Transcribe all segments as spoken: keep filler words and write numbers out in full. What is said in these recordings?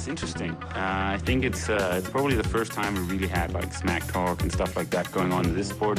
It's interesting. Uh, I think it's uh, it's probably the first time we really had like smack talk and stuff like that going on in this sport.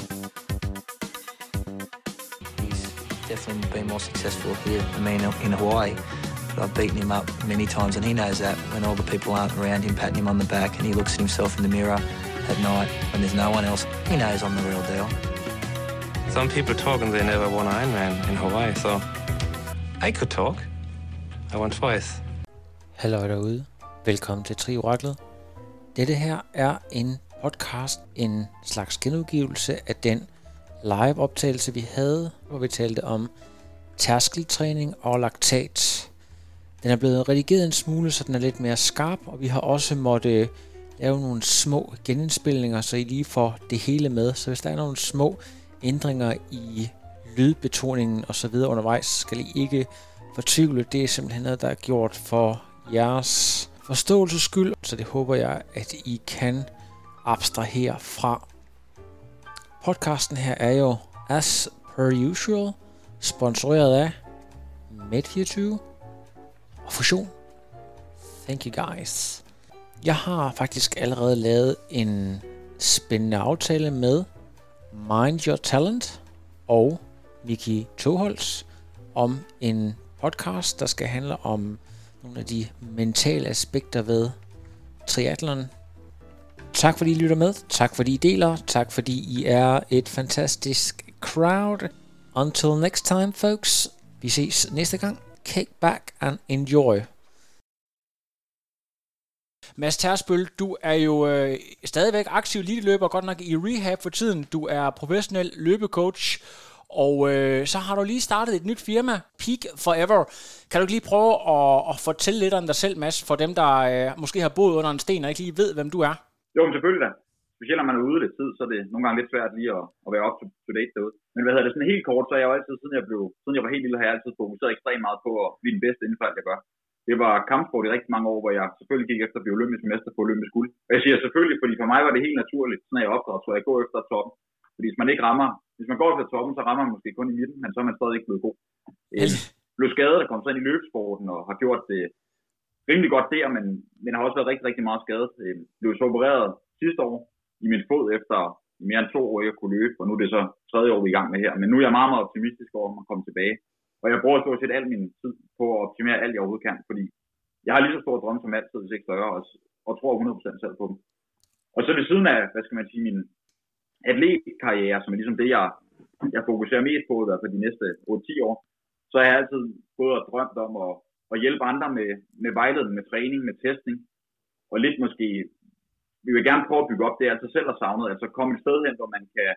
He's definitely been more successful here than me in Hawaii. But I've beaten him up many times, and he knows that when all the people aren't around him patting him on the back and he looks at himself in the mirror at night when there's no one else, he knows I'm the real deal. Some people talk and they never won Ironman in Hawaii, so I could talk. I won twice. Hallo derude. Velkommen til Trioraklet. Dette her er en podcast, en slags genudgivelse af den live-optagelse, vi havde, hvor vi talte om tærskeltræning og laktat. Den er blevet redigeret en smule, så den er lidt mere skarp, og vi har også måttet lave nogle små genindspilninger, så I lige får det hele med. Så hvis der er nogle små ændringer i lydbetoningen og så videre undervejs, skal I ikke fortvivle. Det er simpelthen noget, der er gjort for jeres forståelses skyld, så det håber jeg, at I kan abstrahere fra. Podcasten her er jo, as per usual, sponsoreret af Med fireogtyve og Fusion. Thank you guys. Jeg har faktisk allerede lavet en spændende aftale med Mind Your Talent og Miki Toholz om en podcast, der skal handle om nogle af de mentale aspekter ved triathlon. Tak fordi I lytter med, tak fordi I deler, tak fordi I er et fantastisk crowd. Until next time, folks. Vi ses næste gang. Kick back and enjoy. Mads Tersbøl, du er jo øh, stadigvæk aktiv eliteløber, godt nok i rehab for tiden. Du er professionel løbecoach, og øh, så har du lige startet et nyt firma, Peak Forever. Kan du ikke lige prøve at, at fortælle lidt om dig selv, Mads, for dem, der øh, måske har boet under en sten og ikke lige ved, hvem du er? Jo, men selvfølgelig da. Specielt når man er ude lidt tid, så er det nogle gange lidt svært lige at, at være up to date derude. Men hvad hedder det, sådan helt kort, så er jeg jo altid, siden jeg, blev, siden jeg var helt lille, har jeg altid fokuseret ekstremt meget på at blive den bedste inden for alt, jeg gør. Det var kampsport i rigtig mange år, hvor jeg selvfølgelig gik efter at blive olympisk mester på olympisk guld. Og jeg siger selvfølgelig, fordi for mig var det helt naturligt, sådan at jeg opdraget, så jeg går efter toppen. Fordi hvis man ikke rammer, hvis man går efter toppen, så rammer man måske kun i midten, men så er man stadig ikke blevet god. Jeg blev skadet og kom så ind i løbesporten og har gjort det rimelig godt der, men, men har også været rigtig, rigtig meget skadet. Jeg blev så opereret sidste år i min fod efter mere end to år, jeg kunne løbe, og nu er det så tredje år, vi er i gang med her. Men nu er jeg meget, meget optimistisk over at komme tilbage. Og jeg bruger stort set al min tid på at optimere alt, jeg overhovedet kan, fordi jeg har lige så stor drømme som altid, hvis ikke større, og, og tror hundrede procent selv på dem. Og så ved siden af, hvad skal man sige, min atletkarriere, som er ligesom det, jeg, jeg fokuserer mest på, i hvert fald de næste otte til ti år, så har jeg altid gået og drømt om at, at hjælpe andre med, med vejledning, med træning, med testning, og lidt måske, vi vil gerne prøve at bygge op det, jeg altid selv har savnet, altså komme et sted hen, hvor man kan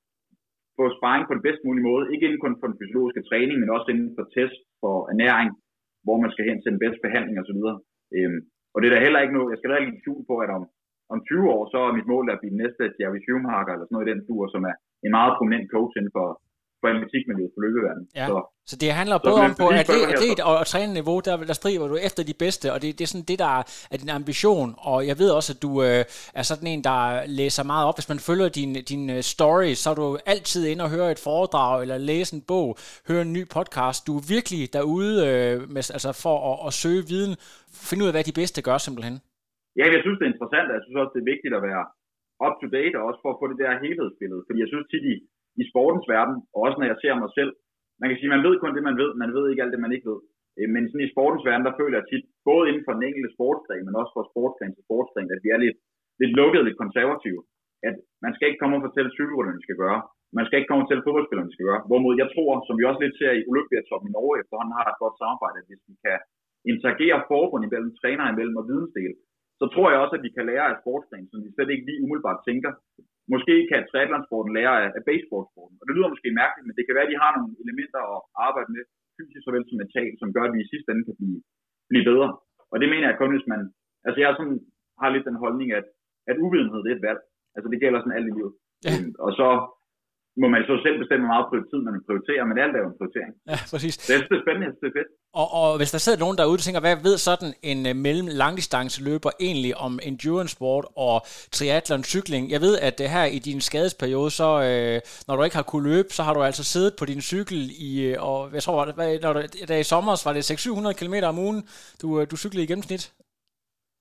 få sparring på den bedst mulige måde, ikke inden kun for den fysiologiske træning, men også inden for test, for ernæring, hvor man skal hen til den bedste behandling osv. Øhm, og det er da heller ikke noget, jeg skal da ikke tvivl på, at om, om tyve år, så er mit mål at blive den næste Jerry Schumacher, eller sådan noget i den tur, som er en meget prominent coach inden for, for atletikmiljøet på løbeverdenen. Ja. Så, så det handler både om på atlet, atlet og, og træneniveau, der, der striver du efter de bedste, og det, det er sådan det, der er din ambition, og jeg ved også, at du øh, er sådan en, der læser meget op. Hvis man følger din, din story, så er du altid inde og høre et foredrag, eller læse en bog, høre en ny podcast. Du er virkelig derude øh, med, altså for at, at søge viden, finde ud af, hvad de bedste gør simpelthen. Ja, jeg synes, det er interessant, og jeg synes også, det er vigtigt at være up to date, og også for at få det der helhedsbillede, fordi jeg synes tit i i sportens verden, og også når jeg ser mig selv. Man kan sige, man ved kun det, man ved, man ved ikke alt det, man ikke ved. Men sådan i sportens verden, der føler jeg tit, både inden for den enkelte sportsgren, men også for sportsgren til sportsgren, at vi er lidt, lidt lukket, lidt konservative. At man skal ikke komme og fortælle cykelrytterne, de skal gøre. Man skal ikke komme og fortælle fodboldspillerne, de skal gøre. Hvorimod jeg tror, som vi også lidt ser i Olympiatoppen i Norge, efterhånden har et godt samarbejde, at hvis vi kan interagere forbund imellem, trænere imellem og vidensdel, så tror jeg også, at vi kan lære af sportsgren, som vi slet ikke lige umiddelbart tænker. Måske kan triathlonsporten lære af baseballsporten. Og det lyder måske mærkeligt, men det kan være, at de har nogle elementer at arbejde med, fysisk såvel som mentalt, som gør, at vi i sidste ende kan blive, blive bedre. Og det mener jeg kun, hvis man... Altså jeg sådan, har lidt den holdning, at, at uvidenhed det er et valg. Altså det gælder sådan alt i livet. Ja. Og så må man så selv bestemme meget på tid, man prioriterer, men alt er jo en prioritering. Ja, præcis. Det er, det er spændende, det er fedt. Og, og hvis der sidder nogen derude, der tænker, hvad ved sådan en uh, mellem langdistanceløber egentlig om endurance sport og triathlon cykling? Jeg ved, at uh, her i din skadesperiode, så uh, når du ikke har kunne løbe, så har du altså siddet på din cykel i, uh, og jeg tror, hvad, når du, der i sommer var det seks til syv hundrede kilometer om ugen, du, uh, du cyklede i gennemsnit.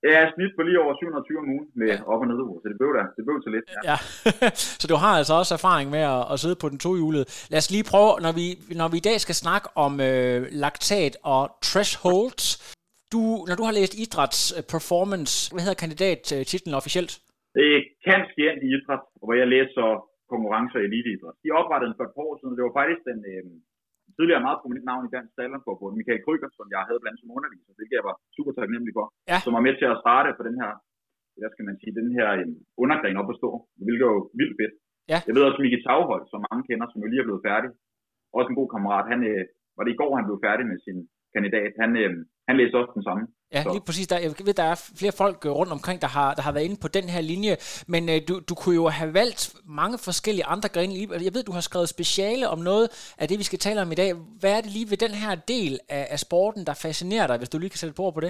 Ja, snit på lige over syv hundrede og tyve om ugen med ja. op- og neduger, så det blev der. Det blev til lidt. Ja. ja. Så du har altså også erfaring med at, at sidde på den tohjulede. Lad os lige prøve, når vi, når vi i dag skal snakke om øh, laktat og thresholds. Du, når du har læst idræts performance, hvad hedder kandidattitlen officielt? Det er kandskient i idræt, hvor jeg læser konkurrencer i eliteidræt. De oprettede den for et par år siden, det var faktisk den øh, tidligere meget prominent navn i Dansk Stallonforbund, Michael Kryger, som jeg havde blandt som underviser, hvilket jeg var super taknemmelig for, ja. som var med til at starte på den her, hvad skal man sige, den her øh, undergren op at stå, hvilket var vildt fedt. Ja. Jeg ved også Mikke Taghold, som mange kender, som jo lige er blevet færdig. Også en god kammerat. Han, øh, var det i går, han blev færdig med sin kandidat. Han, øh, han læser også den samme. Ja, så. Lige præcis. Der, jeg ved, der er flere folk rundt omkring, der har, der har været inde på den her linje, men øh, du, du kunne jo have valgt mange forskellige andre grene. Jeg ved, du har skrevet speciale om noget af det, vi skal tale om i dag. Hvad er det lige ved den her del af, af sporten, der fascinerer dig, hvis du lige kan sætte på på det?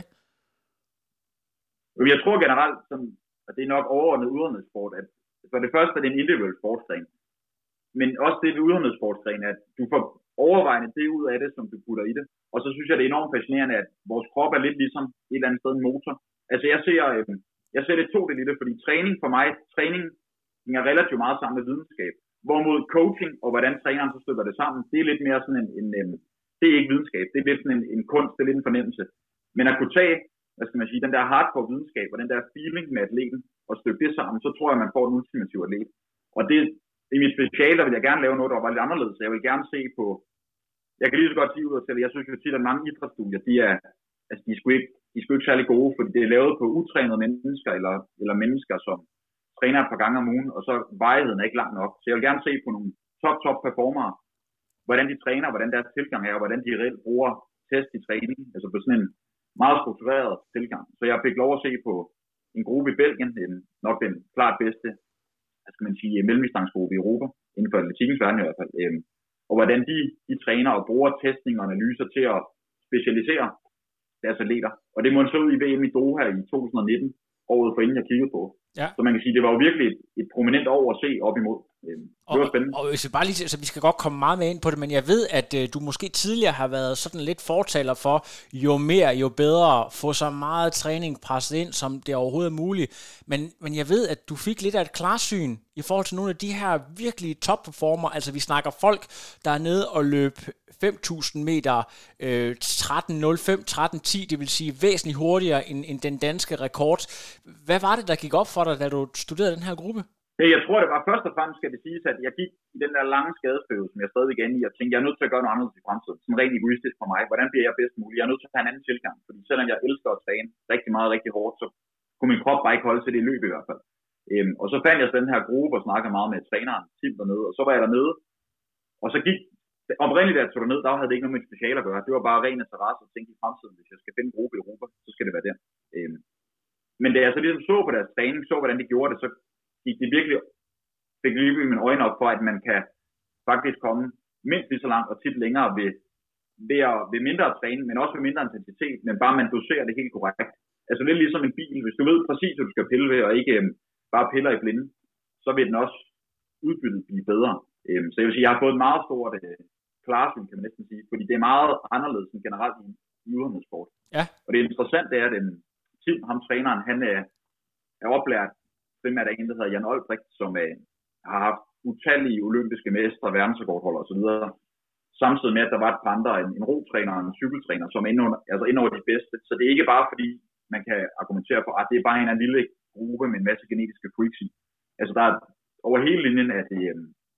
Jeg tror generelt, som, at det er nok overordnet udholdenhedssport, at for det første er det en individuel sportsgren, men også det ved udholdenhedssportsgren, at du får overvejende det ud af det, som du putter i det. Og så synes jeg, det er enormt fascinerende, at vores krop er lidt ligesom et eller andet sted en motor. Altså jeg ser, øh, jeg ser det to det i det, fordi træning for mig, træning hænger relativt meget sammen med videnskab. Hvorimod coaching og hvordan træneren så stykker det sammen, det er lidt mere sådan en, en, en det er ikke videnskab, det er lidt sådan en, en kunst, det er lidt en fornemmelse. Men at kunne tage, hvad skal man sige, den der hardcore videnskab og den der feeling med atleten og stykke det sammen, så tror jeg, man får en ultimativ atlet. Og det, i mit speciale, der vil jeg gerne lave noget, der var lidt anderledes. Jeg vil gerne se på, jeg kan lige så godt sige ud af til, jeg synes jo tit, at mange idrætsstudier, de er, altså de er sgu ikke, de er sgu ikke særlig gode, fordi det er lavet på utrænede mennesker, eller, eller mennesker, som træner et par gange om ugen, og så vejheden er ikke lang nok. Så jeg vil gerne se på nogle top, top performere, hvordan de træner, hvordan deres tilgang er, og hvordan de reelt bruger test i træning, altså på sådan en meget struktureret tilgang. Så jeg fik lov at se på en gruppe i Belgien, en, nok den klart bedste, hvad skal man sige, mellemdistancegruppe i Europa, inden for atletikkens verden i hvert fald, øhm, og hvordan de, de træner og bruger testning og analyser til at specialisere deres atleter. Og det må så ud i V M i Doha i to tusind og nitten, året for inden jeg kiggede på. Ja. Så man kan sige, det var jo virkelig et, et prominent år at se op imod. Det var spændende. Og, og hvis vi bare lige, så vi skal godt komme meget med ind på det, men jeg ved, at øh, du måske tidligere har været sådan lidt fortaler for, jo mere, jo bedre, få så meget træning presset ind, som det overhovedet er muligt. Men, men jeg ved, at du fik lidt af et klarsyn i forhold til nogle af de her virkelige topperformer. Altså vi snakker folk, der er nede og løb fem tusind meter øh, tretten nul fem, tretten ti, det vil sige væsentligt hurtigere end, end den danske rekord. Hvad var det, der gik op for dig, da du studerede den her gruppe? Jeg tror, det var først og fremmest, skal det siges, at jeg gik i den der lange skadesperiode, som jeg stadig igen i, og tænkte, jeg er nødt til at gøre noget andet i fremtiden. Sådan rent egoistisk for mig. Hvordan bliver jeg bedst muligt? Jeg er nødt til at have en anden tilgang, fordi selvom jeg elsker at træne rigtig meget, rigtig hårdt, så kunne min krop bare ikke holde til det løb i hvert fald. Øhm, og så fandt jeg så den her gruppe og snakkede meget med træneren, Tim dernede, og så var jeg dernede, og så gik oprindeligt, da jeg tog derned, der havde det ikke noget med speciale at gøre. Det var bare ren interesse at tænke i fremtiden, hvis jeg skal finde en gruppe i Europa, så skal det være der. Øhm, men da jeg så ligesom så på deres træning, så hvordan de gjorde det, så gik det virkelig fik lige mine øjne op for, at man kan faktisk komme mindst lige så langt og tit længere ved, ved, at, ved mindre træning, men også ved mindre intensitet, men bare man doserer det helt korrekt. Altså lidt ligesom en bil. Hvis du ved præcis, hvad du skal pille ved, og ikke øhm, bare piller i blinde, så vil den også udbyttet blive bedre. Øhm, så jeg vil sige, jeg har fået et meget stort øh, klarsyn, kan man næsten sige, fordi det er meget anderledes end generelt i, i udholdenhedssport. Ja. Og det interessante er, at den Tim, ham træneren, han er, er oplært primært af en, der hedder Jan Olbrecht, som er har haft utallige olympiske mestre, verdensrekordholdere osv. Samtidig med, at der var et par andre, en, en rotræner og en cykeltræner, som er inde under, altså inde over de bedste. Så det er ikke bare fordi, man kan argumentere for, at det er bare en, en lille gruppe med en masse genetiske freaks i. Altså der er over hele linjen, at det,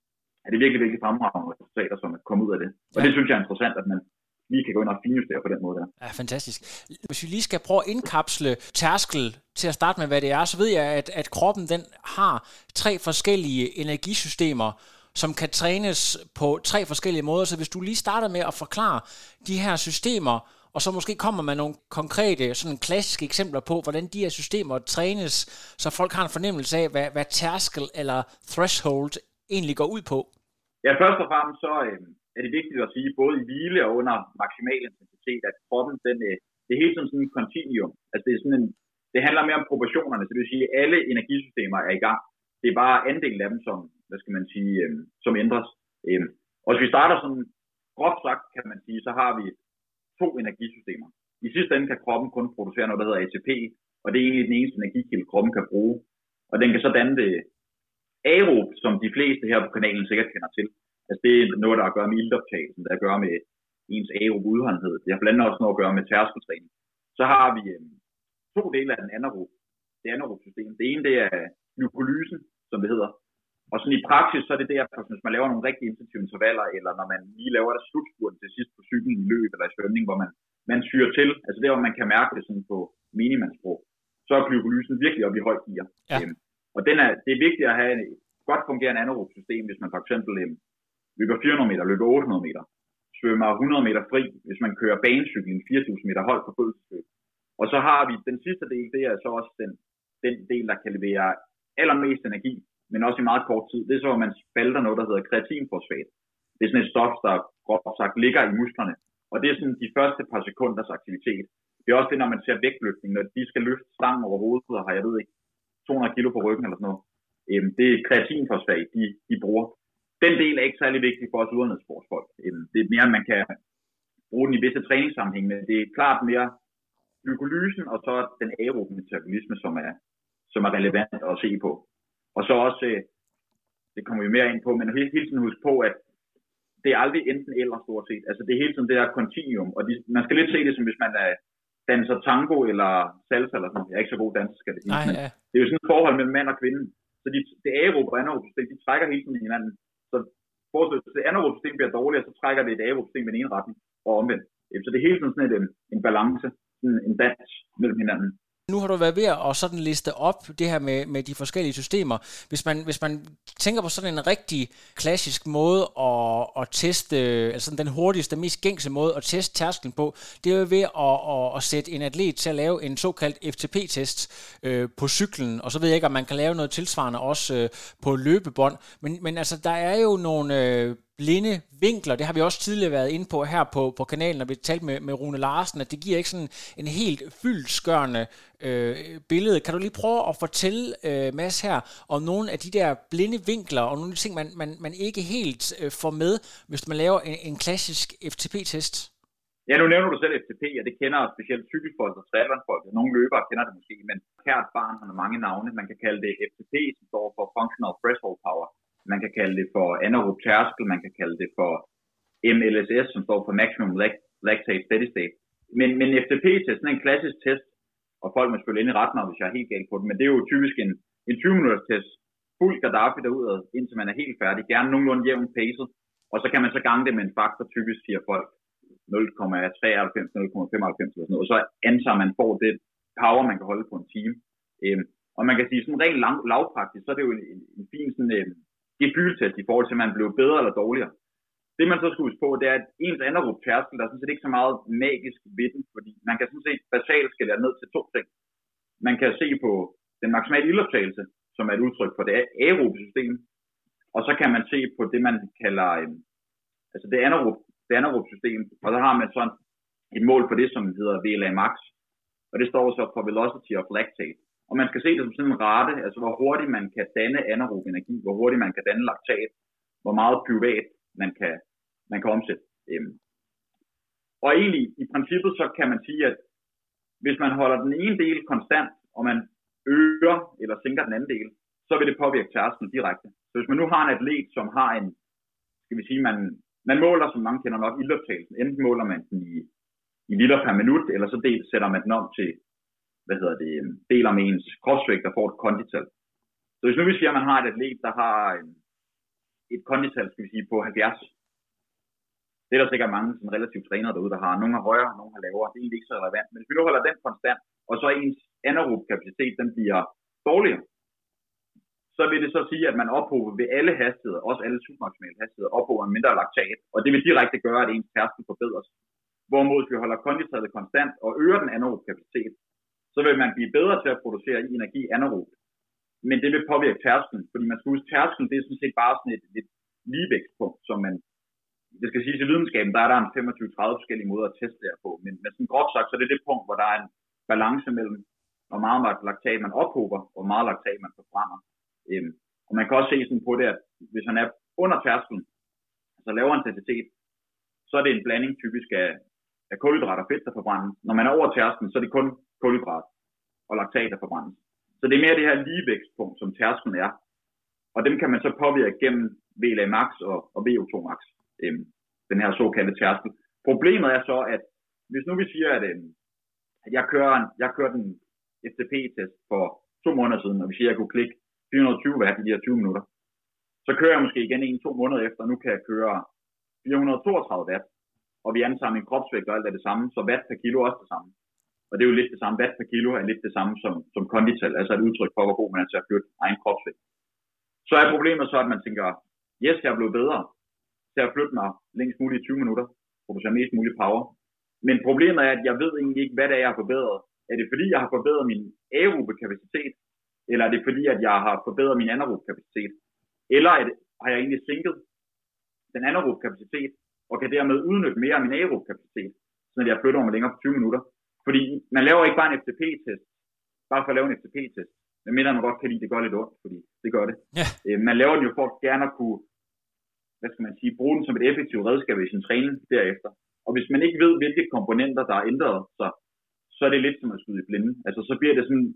er det virkelig, virkelig fremragende resultater, som er kommet ud af det. Og ja. Det synes jeg er interessant, at man lige kan gå ind og finjustere på den måde der. Ja, fantastisk. Hvis vi lige skal prøve at indkapsle tærskel til at starte med, hvad det er, så ved jeg, at, at kroppen den har tre forskellige energisystemer, som kan trænes på tre forskellige måder. Så hvis du lige starter med at forklare de her systemer, og så måske kommer med nogle konkrete, sådan klassiske eksempler på, hvordan de her systemer trænes, så folk har en fornemmelse af, hvad, hvad tærskel eller threshold egentlig går ud på. Ja, først og fremmest så øh, er det vigtigt at sige, både i hvile og under maksimal intensitet, at kroppen, den, øh, det er helt som sådan en continuum. Altså det er sådan en, det handler mere om proportionerne, så det vil sige, at alle energisystemer er i gang. Det er bare andelen af dem, som, hvad skal man sige, øh, som ændres. Øh, og hvis vi starter sådan groft sagt, kan man sige, så har vi to energisystemer. I sidste ende kan kroppen kun producere noget, der hedder A T P, og det er egentlig den eneste energikilde, kroppen kan bruge. Og den kan så danne det aerob, som de fleste her på kanalen sikkert kender til. Altså det er noget, der har at gøre med iltoptagelsen, der har at gøre med ens aerob udholdenhed. Det har blandt andet også noget at gøre med tærskeltræning. Så har vi øh, to dele af den anaerob, det anaerob system. Det ene det er glykolysen, som det hedder. Og sådan i praksis, så er det derfor, hvis man laver nogle rigtig intensive intervaller, eller når man lige laver der slutspurten til sidst på cyklen i løb eller i svømning, hvor man, man syrer til, altså der hvor man kan mærke det sådan på minimandsprog, så er glykolysen virkelig oppe i højt gear. Ja. Øhm, og den er, det er vigtigt at have et godt fungerende anaerob system, hvis man for eksempel øhm, løber fire hundrede meter, løber otte hundrede meter, svømmer hundrede meter fri, hvis man kører banecykling fire tusind meter hold på følelsesløb. Og så har vi den sidste del, det er så også den, den del, der kan levere allermest energi, men også i meget kort tid. Det er så, at man spalter noget, der hedder kreatinfosfat. Det er sådan et stof, der groft sagt ligger i musklerne. Og det er sådan de første par sekunders aktivitet. Det er også det, når man ser vægtløftning, når de skal løfte stangen over hovedet, og har, jeg ved ikke, to hundrede kilo på ryggen eller sådan noget. Det er kreatinfosfat, de, de bruger. Den del er ikke særlig vigtig for os udholdenhedssportsfolk. Det er mere, at man kan bruge den i visse træningssammenhæng, men det er klart mere glykolysen og så den aerobe metabolisme, som er, som er relevant at se på. Og så også, det kommer vi mere ind på, men hele tiden huske på, at det er aldrig enten eller stort set. Altså det er hele tiden det der continuum, og de, man skal lidt se det som hvis man er danser tango eller salsa eller sådan noget. Jeg er ikke så god danser, skal det sige. Men ja. Det er jo sådan et forhold mellem mand og kvinde. Så de, det aerobe og anaerobe system, de trækker hele tiden hinanden. Så hvis det anaerobe system bliver dårligere, så trækker det et aerobe system i den ene retning og omvendt. Så det er hele tiden sådan en, en balance, sådan en dans mellem hinanden. Nu har du været ved at sådan liste op det her med, med de forskellige systemer. Hvis man, hvis man tænker på sådan en rigtig klassisk måde at, at teste, altså den hurtigste, mest gængse måde at teste tærsklen på, det er jo ved at, at, at sætte en atlet til at lave en såkaldt F T P-test øh, på cyklen, og så ved jeg ikke, om man kan lave noget tilsvarende også øh, på løbebånd. Men, men altså, der er jo nogle øh, blinde vinkler, det har vi også tidligere været inde på her på, på kanalen, når vi talte med, med Rune Larsen, at det giver ikke sådan en helt fyldestgørende øh, billede. Kan du lige prøve at fortælle, øh, Mads her, om nogle af de der blinde vinkler, og nogle af de ting, man, man, man ikke helt øh, får med, hvis man laver en, en klassisk F T P-test? Ja, nu nævner du selv F T P, og det kender specielt cykelfolk og triathlonfolk. Nogle løbere kender det måske, men kært barn har mange navne. Man kan kalde det F T P, som står for Functional Threshold Power. Man kan kalde det for anaerob tærskel, man kan kalde det for M L S S, som står for Maximum Lactate Steady State. Men, men F T P-test er en klassisk test, og folk må selvfølgelig ind i retten, hvis jeg er helt galt på det, men det er jo typisk en, en tyve minutters test, fuld Gaddafi derudad, indtil man er helt færdig, gerne nogenlunde jævn pacet, og så kan man så gange det med en faktor, typisk siger folk nul komma treoghalvfems, nul komma femoghalvfems eller sådan noget, og så antager man får det power, man kan holde på en time. Øhm, og man kan sige sådan rent lang, lavpraktisk, så er det jo en, en, en fin sådan, øhm, gefyltest i forhold til, at man blev bedre eller dårligere. Det man så skal huske på, det er, at ens anaerob tærskel, der er sådan set ikke så meget magisk ved den, fordi man kan sådan set basalt skalere ned til to ting. Man kan se på den maksimale ildoptagelse, som er et udtryk for det aerobe system, og så kan man se på det, man kalder øh, altså det anaerob, det anaerob system, og så har man sådan et mål for det, som hedder V L A max, og det står så for velocity of lactate. Og man skal se det som sådan en rate, altså hvor hurtigt man kan danne anaerob energi, hvor hurtigt man kan danne laktat, hvor meget pyruvat man kan, man kan omsætte. Og egentlig i princippet så kan man sige, at hvis man holder den ene del konstant, og man øger eller sænker den anden del, så vil det påvirke tærsklen direkte. Så hvis man nu har en atlet, som har en, skal vi sige, man, man måler, som mange kender nok, ildoptagelsen. Enten måler man den i, i liter per minut, eller så del, sætter man den om til hvad hedder det, deler med ens kropsvægt, der får et kondital. Så hvis nu vi siger, at man har et atlet, der har et kondital, skal vi sige, på halvfjerds. Det er der sikkert mange sådan relativt trænere derude, der har. Nogle har højere, nogle har lavere. Det er egentlig ikke så relevant. Men hvis vi nu holder den konstant, og så ens anaerob kapacitet, den bliver dårligere, så vil det så sige, at man ophober ved alle hastigheder, også alle submaksimale hastigheder, ophober en mindre laktat. Og det vil direkte gøre, at ens tærskel forbedres. Hvorimod hvis vi holder konditalet konstant og øger den anaerob kapacitet, så vil man blive bedre til at producere energi anaerobt. Men det vil påvirke tærsklen, fordi man skal huske, tærsklen, det er sådan set bare sådan et, et ligevægtspunkt, som man, det skal sige til videnskaben, der er der en femogtyve til tredive forskellige måder at teste det på, men med sådan groft sagt, så er det det punkt, hvor der er en balance mellem, hvor meget laktat man ophober, og hvor meget laktat man forbrænder. Øhm, og man kan også se sådan på det, at hvis man er under tærsklen, altså lavere intensitet, så er det en blanding typisk af, af kulhydrat og fedt, der forbrændes. Når man er over tærsklen, så er det kun kulhydrat. og laktater forbrændes. Så det er mere det her ligevægtspunkt, som tærsklen er. Og dem kan man så påvirke gennem V L A max og, og V O to max, øhm, den her såkaldte tærskel. Problemet er så, at hvis nu vi siger, at, øhm, at jeg kører en, jeg kører den F T P-test for to måneder siden, og vi siger, at jeg kunne klikke fire hundrede og tyve watt i de her tyve minutter, så kører jeg måske igen en to måneder efter, og nu kan jeg køre fire hundrede og toogtredive watt, og vi antager min kropsvægt og alt er det samme, så watt per kilo er også det samme. Og det er jo lidt det samme. Watt per kilo er lidt det samme som, som kondital, altså et udtryk for, hvor god man er til at flytte egen kropsvægt. Så er problemet så, at man tænker, yes, jeg er blevet bedre til at flytte mig længst muligt i tyve minutter, producere mest mulig power. Men problemet er, at jeg ved egentlig ikke, hvad det er, jeg har forbedret. Er det fordi, jeg har forbedret min aerobe kapacitet, eller er det fordi, at jeg har forbedret min anaerobe kapacitet? Eller er det, har jeg egentlig sænket den anaerobe kapacitet, og kan dermed udnytte mere af min aerobe kapacitet, så jeg flytter mig længere på tyve minutter? Fordi man laver ikke bare en F T P-test, bare for at lave en F T P-test. Men mindre man godt kan lide, det gør lidt ondt, fordi det gør det. Ja. Øh, man laver den jo for at gerne at kunne, hvad skal man sige, bruge den som et effektivt redskab i sin træning derefter. Og hvis man ikke ved, hvilke komponenter, der er ændret, så, så er det lidt som at skyde i blinde. Altså så bliver det sådan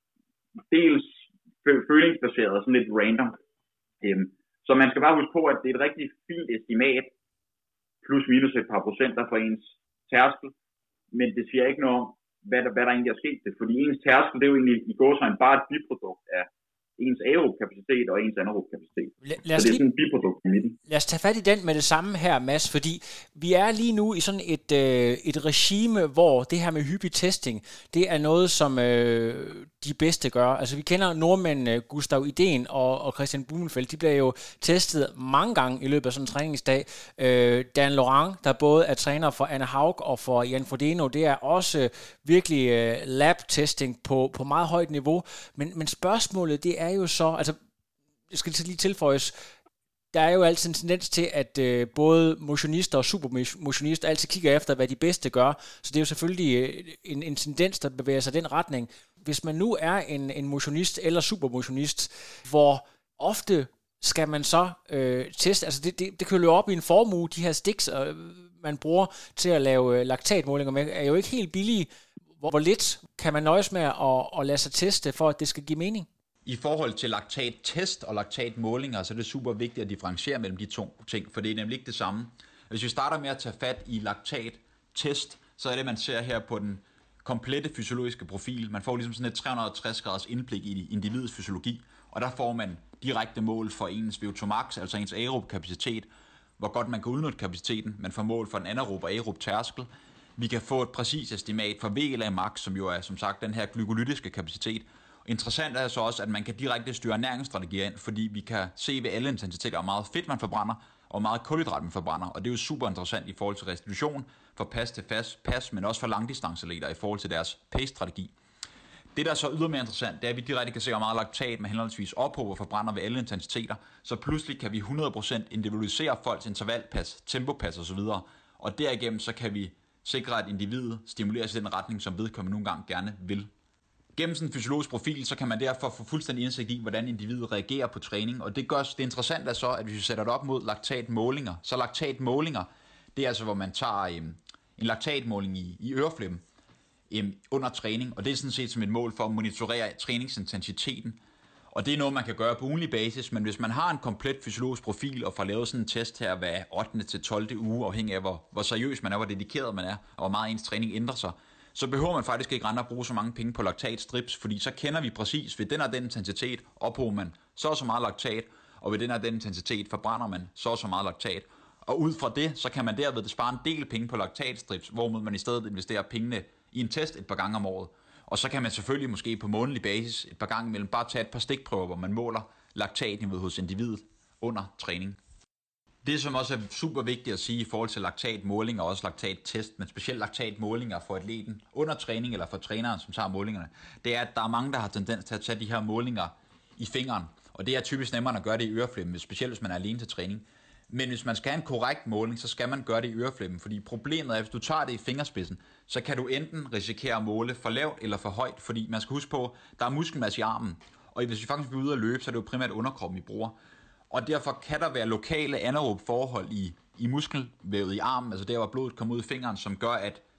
dels følingsbaseret og sådan lidt random. Øh, så man skal bare huske på, at det er et rigtig fint estimat, plus minus et par procenter for ens tærskel. Men det siger ikke noget om, hvad der, hvad der egentlig er sket det. Fordi ens tærskel, det er jo egentlig i gåseøjne bare et biprodukt af ens aerob kapacitet og ens anaerob kapacitet. Lad, lad så det er sådan et biprodukt i midten. Lad os tage fat i den med det samme her, Mads, fordi vi er lige nu i sådan et, øh, et regime, hvor det her med hyppig testing, det er noget, som øh, de bedste gør. Altså vi kender nordmændene Gustav Idén og, og Christian Blumenfeldt, de bliver jo testet mange gange i løbet af sådan en træningsdag. Øh, Dan Laurent, der både er træner for Anne Haug og for Jan Frodeno, det er også virkelig øh, lab-testing på, på meget højt niveau. Men, men spørgsmålet, det er jo så, altså jeg skal lige tilføjes, der er jo altid en tendens til, at øh, både motionister og supermotionister altid kigger efter, hvad de bedste gør. Så det er jo selvfølgelig øh, en, en tendens, der bevæger sig i den retning. Hvis man nu er en, en motionist eller supermotionist, hvor ofte skal man så øh, teste, altså det, det, det kan jo løbe op i en formue, de her sticks, øh, man bruger til at lave øh, laktatmålinger med, er jo ikke helt billige. Hvor, hvor lidt kan man nøjes med at, at lade sig teste, for at det skal give mening? I forhold til laktattest og laktatmålinger, så er det super vigtigt at differentiere mellem de to ting, for det er nemlig ikke det samme. Hvis vi starter med at tage fat i laktattest, så er det, man ser her på den komplette fysiologiske profil. Man får ligesom sådan et tre hundrede og tres graders indblik i individets fysiologi, og der får man direkte mål for ens V O to max, altså ens aerob kapacitet, hvor godt man kan udnytte kapaciteten. Man får mål for den anaerob og aerob tærskel. Vi kan få et præcis estimat for V L A max, som jo er som sagt den her glykolytiske kapacitet. Interessant er så også, at man kan direkte styre ernæringsstrategier ind, fordi vi kan se ved alle intensiteter, hvor meget fedt man forbrænder, og hvor meget kulhydrat man forbrænder. Og det er jo super interessant i forhold til restitution, for pas til fast pas, men også for langdistanceatleter i forhold til deres pace-strategi. Det, der er så ydermere interessant, det er, at vi direkte kan se, hvor meget laktat man henholdsvis ophobber og forbrænder ved alle intensiteter. Så pludselig kan vi hundrede procent individualisere folks intervalpas, tempopas osv. Og derigennem så kan vi sikre, at individet stimuleres i den retning, som vedkommende nogle gange gerne vil. Gennem sådan en fysiologisk profil, så kan man derfor få fuldstændig indsigt i, hvordan individet reagerer på træning. Og det gør det interessante er så, at hvis vi sætter det op mod laktatmålinger, så laktatmålinger, det er altså, hvor man tager øhm, en laktatmåling i, i øreflippen øhm, under træning. Og det er sådan set som et mål for at monitorere træningsintensiteten. Og det er noget, man kan gøre på ugenlig basis, men hvis man har en komplet fysiologisk profil og får lavet sådan en test her hver ottende til tolvte uge, afhængig af hvor, hvor seriøs man er, hvor dedikeret man er, og hvor meget ens træning ændrer sig, så behøver man faktisk ikke rende at bruge så mange penge på laktatstrips, fordi så kender vi præcis, ved den og den intensitet ophober man så og så meget laktat, og ved den og den intensitet forbrænder man så og så meget laktat. Og ud fra det, så kan man derved spare en del penge på laktatstrips, hvorimod man i stedet investerer pengene i en test et par gange om året. Og så kan man selvfølgelig måske på månedlig basis et par gange imellem bare tage et par stikprøver, hvor man måler laktatniveauet hos individet under træning. Det, som også er super vigtigt at sige i forhold til laktatmålinger og også laktattest, men specielt laktatmålinger for atleten under træning eller for træneren, som tager målingerne, det er, at der er mange, der har tendens til at tage de her målinger i fingeren. Og det er typisk nemmere at gøre det i øreflippen, specielt hvis man er alene til træning. Men hvis man skal have en korrekt måling, så skal man gøre det i øreflippen, fordi problemet er, at hvis du tager det i fingerspidsen, så kan du enten risikere at måle for lavt eller for højt, fordi man skal huske på, at der er muskelmasse i armen, og hvis vi faktisk vil ud og løbe, så er det jo primært underkroppen, vi bruger. Og derfor kan der være lokale anaerobe forhold i, i muskelvævet i armen, altså der hvor blodet kommer ud i fingeren, som gør, at,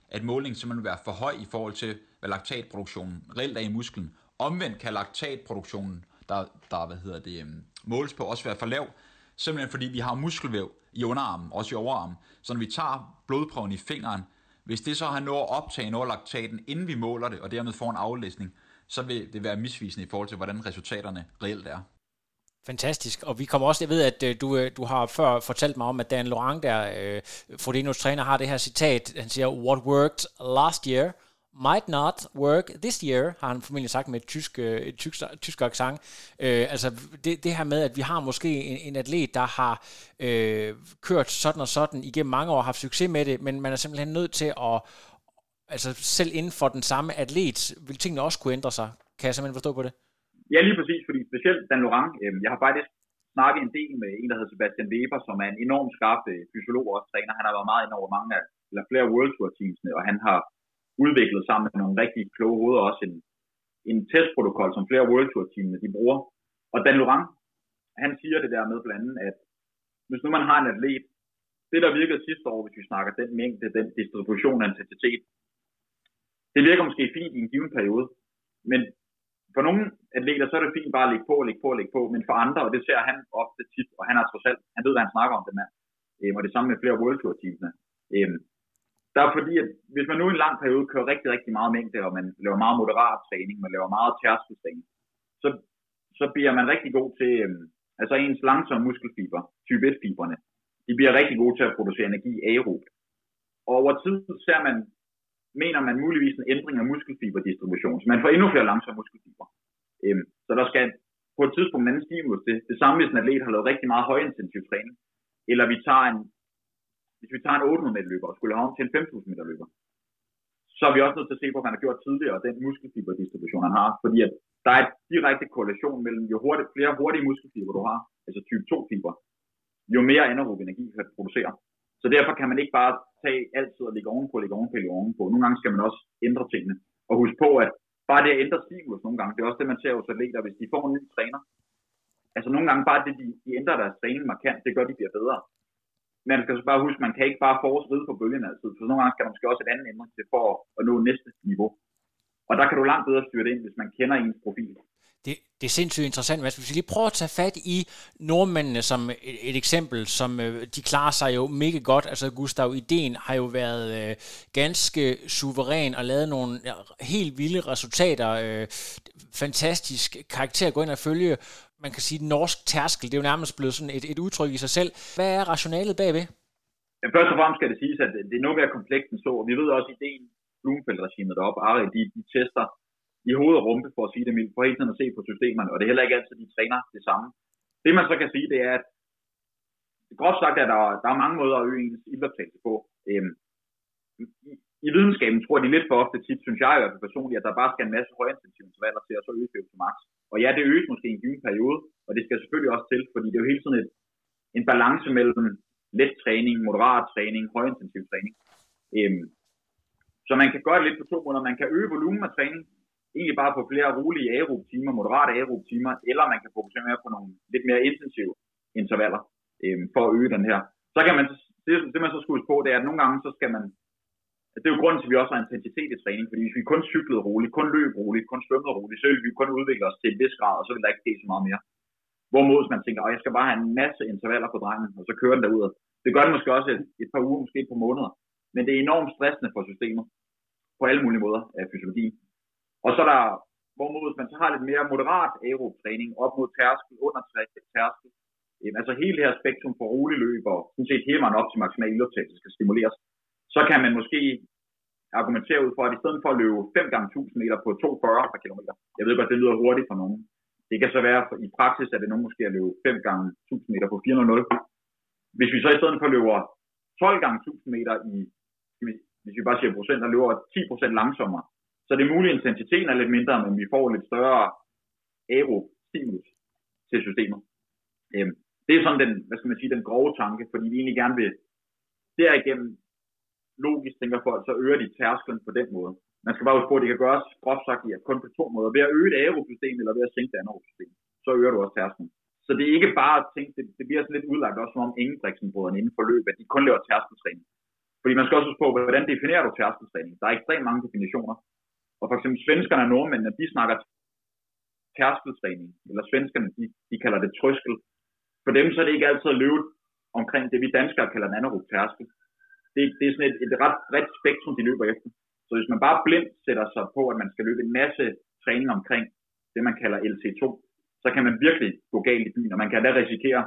at målingen simpelthen vil være for høj i forhold til, hvad laktatproduktionen reelt er i musklen. Omvendt kan laktatproduktionen, der, der hvad hedder det, måles på, også være for lav, simpelthen fordi vi har muskelvæv i underarmen, også i overarmen. Så når vi tager blodprøven i fingeren, hvis det så har nået at optage noget af laktaten, inden vi måler det, og dermed får en aflæsning, så vil det være misvisende i forhold til, hvordan resultaterne reelt er. Fantastisk, og vi kommer også, jeg ved, at øh, du, øh, du har før fortalt mig om, at Dan Laurent, der øh, Frodinos træner, har det her citat, han siger, what worked last year might not work this year, har han formentlig sagt med et tysk, øh, et tysk, tysk accent. Øh, altså det, det her med, at vi har måske en, en atlet, der har øh, kørt sådan og sådan igennem mange år, haft succes med det, men man er simpelthen nødt til at, altså selv inden for den samme atlet, vil tingene også kunne ændre sig. Kan jeg simpelthen forstå på det? Ja, lige præcis, fordi specielt Dan Laurent, øh, jeg har faktisk snakket en del med en, der hedder Sebastian Weber, som er en enormt skarp øh, fysiolog og træner. Han har været meget ind over mange af, eller flere World Tour teamsne, og han har udviklet sammen med nogle rigtig kloge hoveder også en, en testprotokol, som flere World Tour teamene de bruger. Og Dan Laurent, han siger det der med blandt andet, at hvis nu man har en atlet, det der virkede sidste år, hvis vi snakker den mængde, den distribution af intensitet, det virker måske fint i en given periode, men for nogle atleter, så er det fint bare at lægge på, lægge på, lægge på, men for andre, og det ser han ofte tit, og han har trods alt, han ved, hvad han snakker om, den her, øhm, og det samme med flere World Tour teamsne. Øhm, der er fordi, at hvis man nu i en lang periode kører rigtig, rigtig meget mængde, og man laver meget moderat træning, man laver meget tærskelstræning, så, så bliver man rigtig god til, øhm, altså ens langsomme muskelfiber, type et-fibrene, de bliver rigtig gode til at producere energi aerobt. Og over tid ser man, mener man muligvis en ændring af muskelfiberdistribution, så man får endnu flere langsomme muskelfiber. Øhm, så der skal på et tidspunkt en anden stimulus til. Det samme hvis en atlet har lavet rigtig meget højintensiv træning, eller vi tager en, hvis vi tager en otte hundrede meter løber og skulle have om til en fem tusind meter løber, så er vi også nødt til at se på, hvad han har gjort tidligere, og den muskelfiberdistribution han har, fordi at der er et direkte korrelation mellem jo hurtigt, flere hurtige muskelfiber du har, altså type to fiber, jo mere anaerob energi kan du producere. Så derfor kan man ikke bare tage altid og lægge ovenpå, lægge ovenpå, lægge ovenpå. Nogle gange skal man også ændre tingene. Og huske på, at bare det at ændre stimulus nogle gange, det er også det, man ser hos atleter, hvis de får en ny træner. Altså nogle gange bare det, de, de ændrer deres træning markant, det gør, de bliver bedre. Men man skal så bare huske, man kan ikke bare force ride på bølgen altid, for nogle gange skal der måske også et andet ændring til for at nå næste niveau. Og der kan du langt bedre styre det ind, hvis man kender ens profil. Det, det er sindssygt interessant, Mads. Hvis vi lige prøver at tage fat i nordmændene som et, et eksempel, som øh, de klarer sig jo mega godt. Altså Gustav Iden har jo været øh, ganske suveræn og lavet nogle ja, helt vilde resultater. Øh, fantastisk karakter at gå ind og følge. Man kan sige norsk tærskel, det er jo nærmest blevet sådan et, et udtryk i sig selv. Hvad er rationalet bagved? Ja, først og fremmest skal det siges, at det er noget mere komplekst end så. Vi ved også Iden, Blumfeldt-regimet deroppe, Ari, de, de tester i hoved og rumpe, for at sige det mildt, for hele tiden at se på systemerne, og det er heller ikke altid, de træner det samme. Det man så kan sige, det er, at groft sagt, at der, der er mange måder at øge ens iltoptagelse på. Øhm, i, I videnskaben tror de lidt for ofte tit, synes jeg i hvert fald personligt, at der bare skal en masse højintensive intervaller til, at så øge V O to max. Og ja, det øges måske i en given periode, og det skal selvfølgelig også til, fordi det er jo hele tiden et, en balance mellem let træning, moderat træning, højintensiv træning. Øhm, så man kan gøre det lidt på to måder. Man kan øge volumen af træning, egentlig bare på flere rolige aerob timer, moderate aerob timer, eller man kan fokusere mere på nogle lidt mere intensive intervaller øhm, for at øge den her. Så kan man, det, det man så skal huske på, det er, at nogle gange så skal man, det er jo grunden til, at vi også har intensitet i træning, fordi hvis vi kun cyklede roligt, kun løb roligt, kun svømmede roligt, så vil vi kun udvikle os til en vis grad, og så vil der ikke ske så meget mere. Hvorimod man tænker, at jeg skal bare have en masse intervaller på drengen, og så kører den derud. Det gør det måske også et, et par uger, måske et par måneder, men det er enormt stressende for systemet, på alle mulige måder af fysiologi. Og så er der, hvorimod man så har lidt mere moderat aerob træning op mod tærskel, under tærskel. Altså hele det her spektrum for rolig løb og sådan set hele man op til maksimal iltoptagelse skal stimuleres. Så kan man måske argumentere ud for, at i stedet for at løbe fem gange tusind meter på to komma fyrre per kilometer, jeg ved godt, det lyder hurtigt for nogen. Det kan så være, i praksis er det nogen måske at løbe fem gange tusind meter på fire hundrede nul. Hvis vi så i stedet for løber tolv gange tusind meter i, hvis vi bare siger procent, og løber ti procent langsommere, så det er muligt, at intensiteten er lidt mindre, men vi får lidt større aerob stimulus til systemet. Det er sådan den, hvad skal man sige, den grove tanke, fordi vi egentlig gerne vil derigennem logisk tænker folk, så øger de tærsklen på den måde. Man skal bare huske på, at det kan gøres groft sagt i kun på to måder. Ved at øge et aerobsystem eller ved at sænke det anaerobe system, så øger du også tærsklen. Så det er ikke bare at tænke, det, det bliver sådan lidt udlagt også som om Ingebrigtsen-brødrene inden for løb, at de kun laver tærskeltræning. Fordi man skal også huske på, hvordan definerer du tærskeltræning? Der er ekstremt mange definitioner. Og for eksempel svenskerne og nordmændene, de snakker tærskeltræning, eller svenskerne, de, de kalder det trøskel. For dem så er det ikke altid at løbe omkring det, vi danskere kalder en anaerob tærskel. Det, det er sådan et, et ret bredt spektrum, de løber efter. Så hvis man bare blindt sætter sig på, at man skal løbe en masse træning omkring det, man kalder L T to, så kan man virkelig gå galt i byen, og man kan da risikere,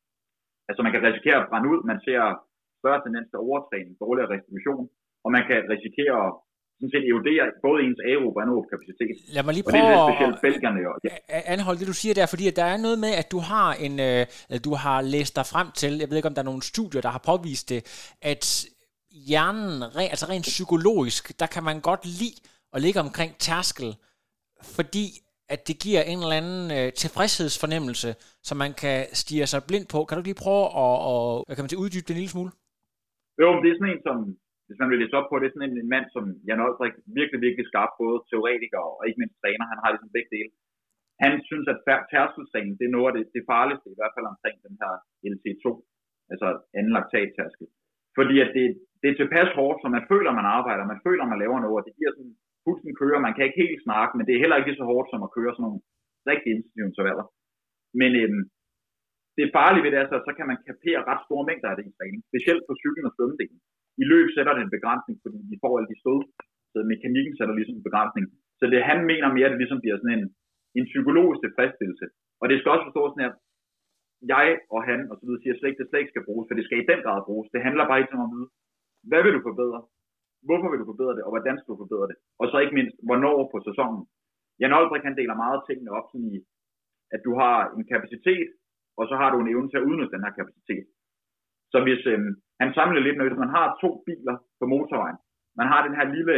altså man kan risikere at brænde ud, man ser større tendens til overtræning, dårligere restitution, og man kan risikere at sådan set erodere både ens aerob og anaerob kapacitet. Lad mig lige og det er prøve specielt belgierne. Og, ja. at anholde det, du siger der, fordi der er noget med, at du har en, øh, du har læst dig frem til, jeg ved ikke, om der er nogle studier, der har påvist det, at hjernen, altså rent psykologisk, der kan man godt lide at ligge omkring tærskel, fordi at det giver en eller anden øh, tilfredshedsfornemmelse, som man kan stirre sig blind på. Kan du lige prøve at, og, hvad kan man sige, uddybe det en lille smule? Jo, det er sådan en, som, hvis man vil læse op på, det er sådan en, en mand, som Jan Olbrecht virkelig, virkelig skarp, både teoretiker og ikke mindst træner. Han har ligesom begge dele. Han synes, at tærskeltræning, det er noget af det, det farligste, i hvert fald omkring den her L T to, altså anden laktattærskel. Fordi at det, det er tilpas hårdt, så man føler, man arbejder, man føler, man laver noget, og det giver sådan pulsen kører, man kan ikke helt snakke, men det er heller ikke lige så hårdt som at køre sådan nogle rigtig intensive intervaller. Men øhm, det farlige ved det er, så, så kan man kapere ret store mængder af det i træning, specielt på cyklen og svømmedelen. I løb sætter det en begrænsning, fordi de får alle de stød, så mekanikken sætter ligesom en begrænsning. Så det han mener mere, at det ligesom bliver sådan en, en psykologisk tilfredsstillelse. Og det skal også forstås sådan, at jeg og han og så videre siger slet ikke, det slet ikke skal bruges, for det skal i den grad bruges. Det handler bare ikke om at vide, hvad vil du forbedre? Hvorfor vil du forbedre det, og hvordan skal du forbedre det? Og så ikke mindst, hvornår på sæsonen. Jan Olbrecht, han deler meget tingene op sådan i, at du har en kapacitet, og så har du en evne til at udnytte den her kapacitet. Så hvis øhm, han samler lidt med, hvis man har to biler på motorvejen, man har den her lille,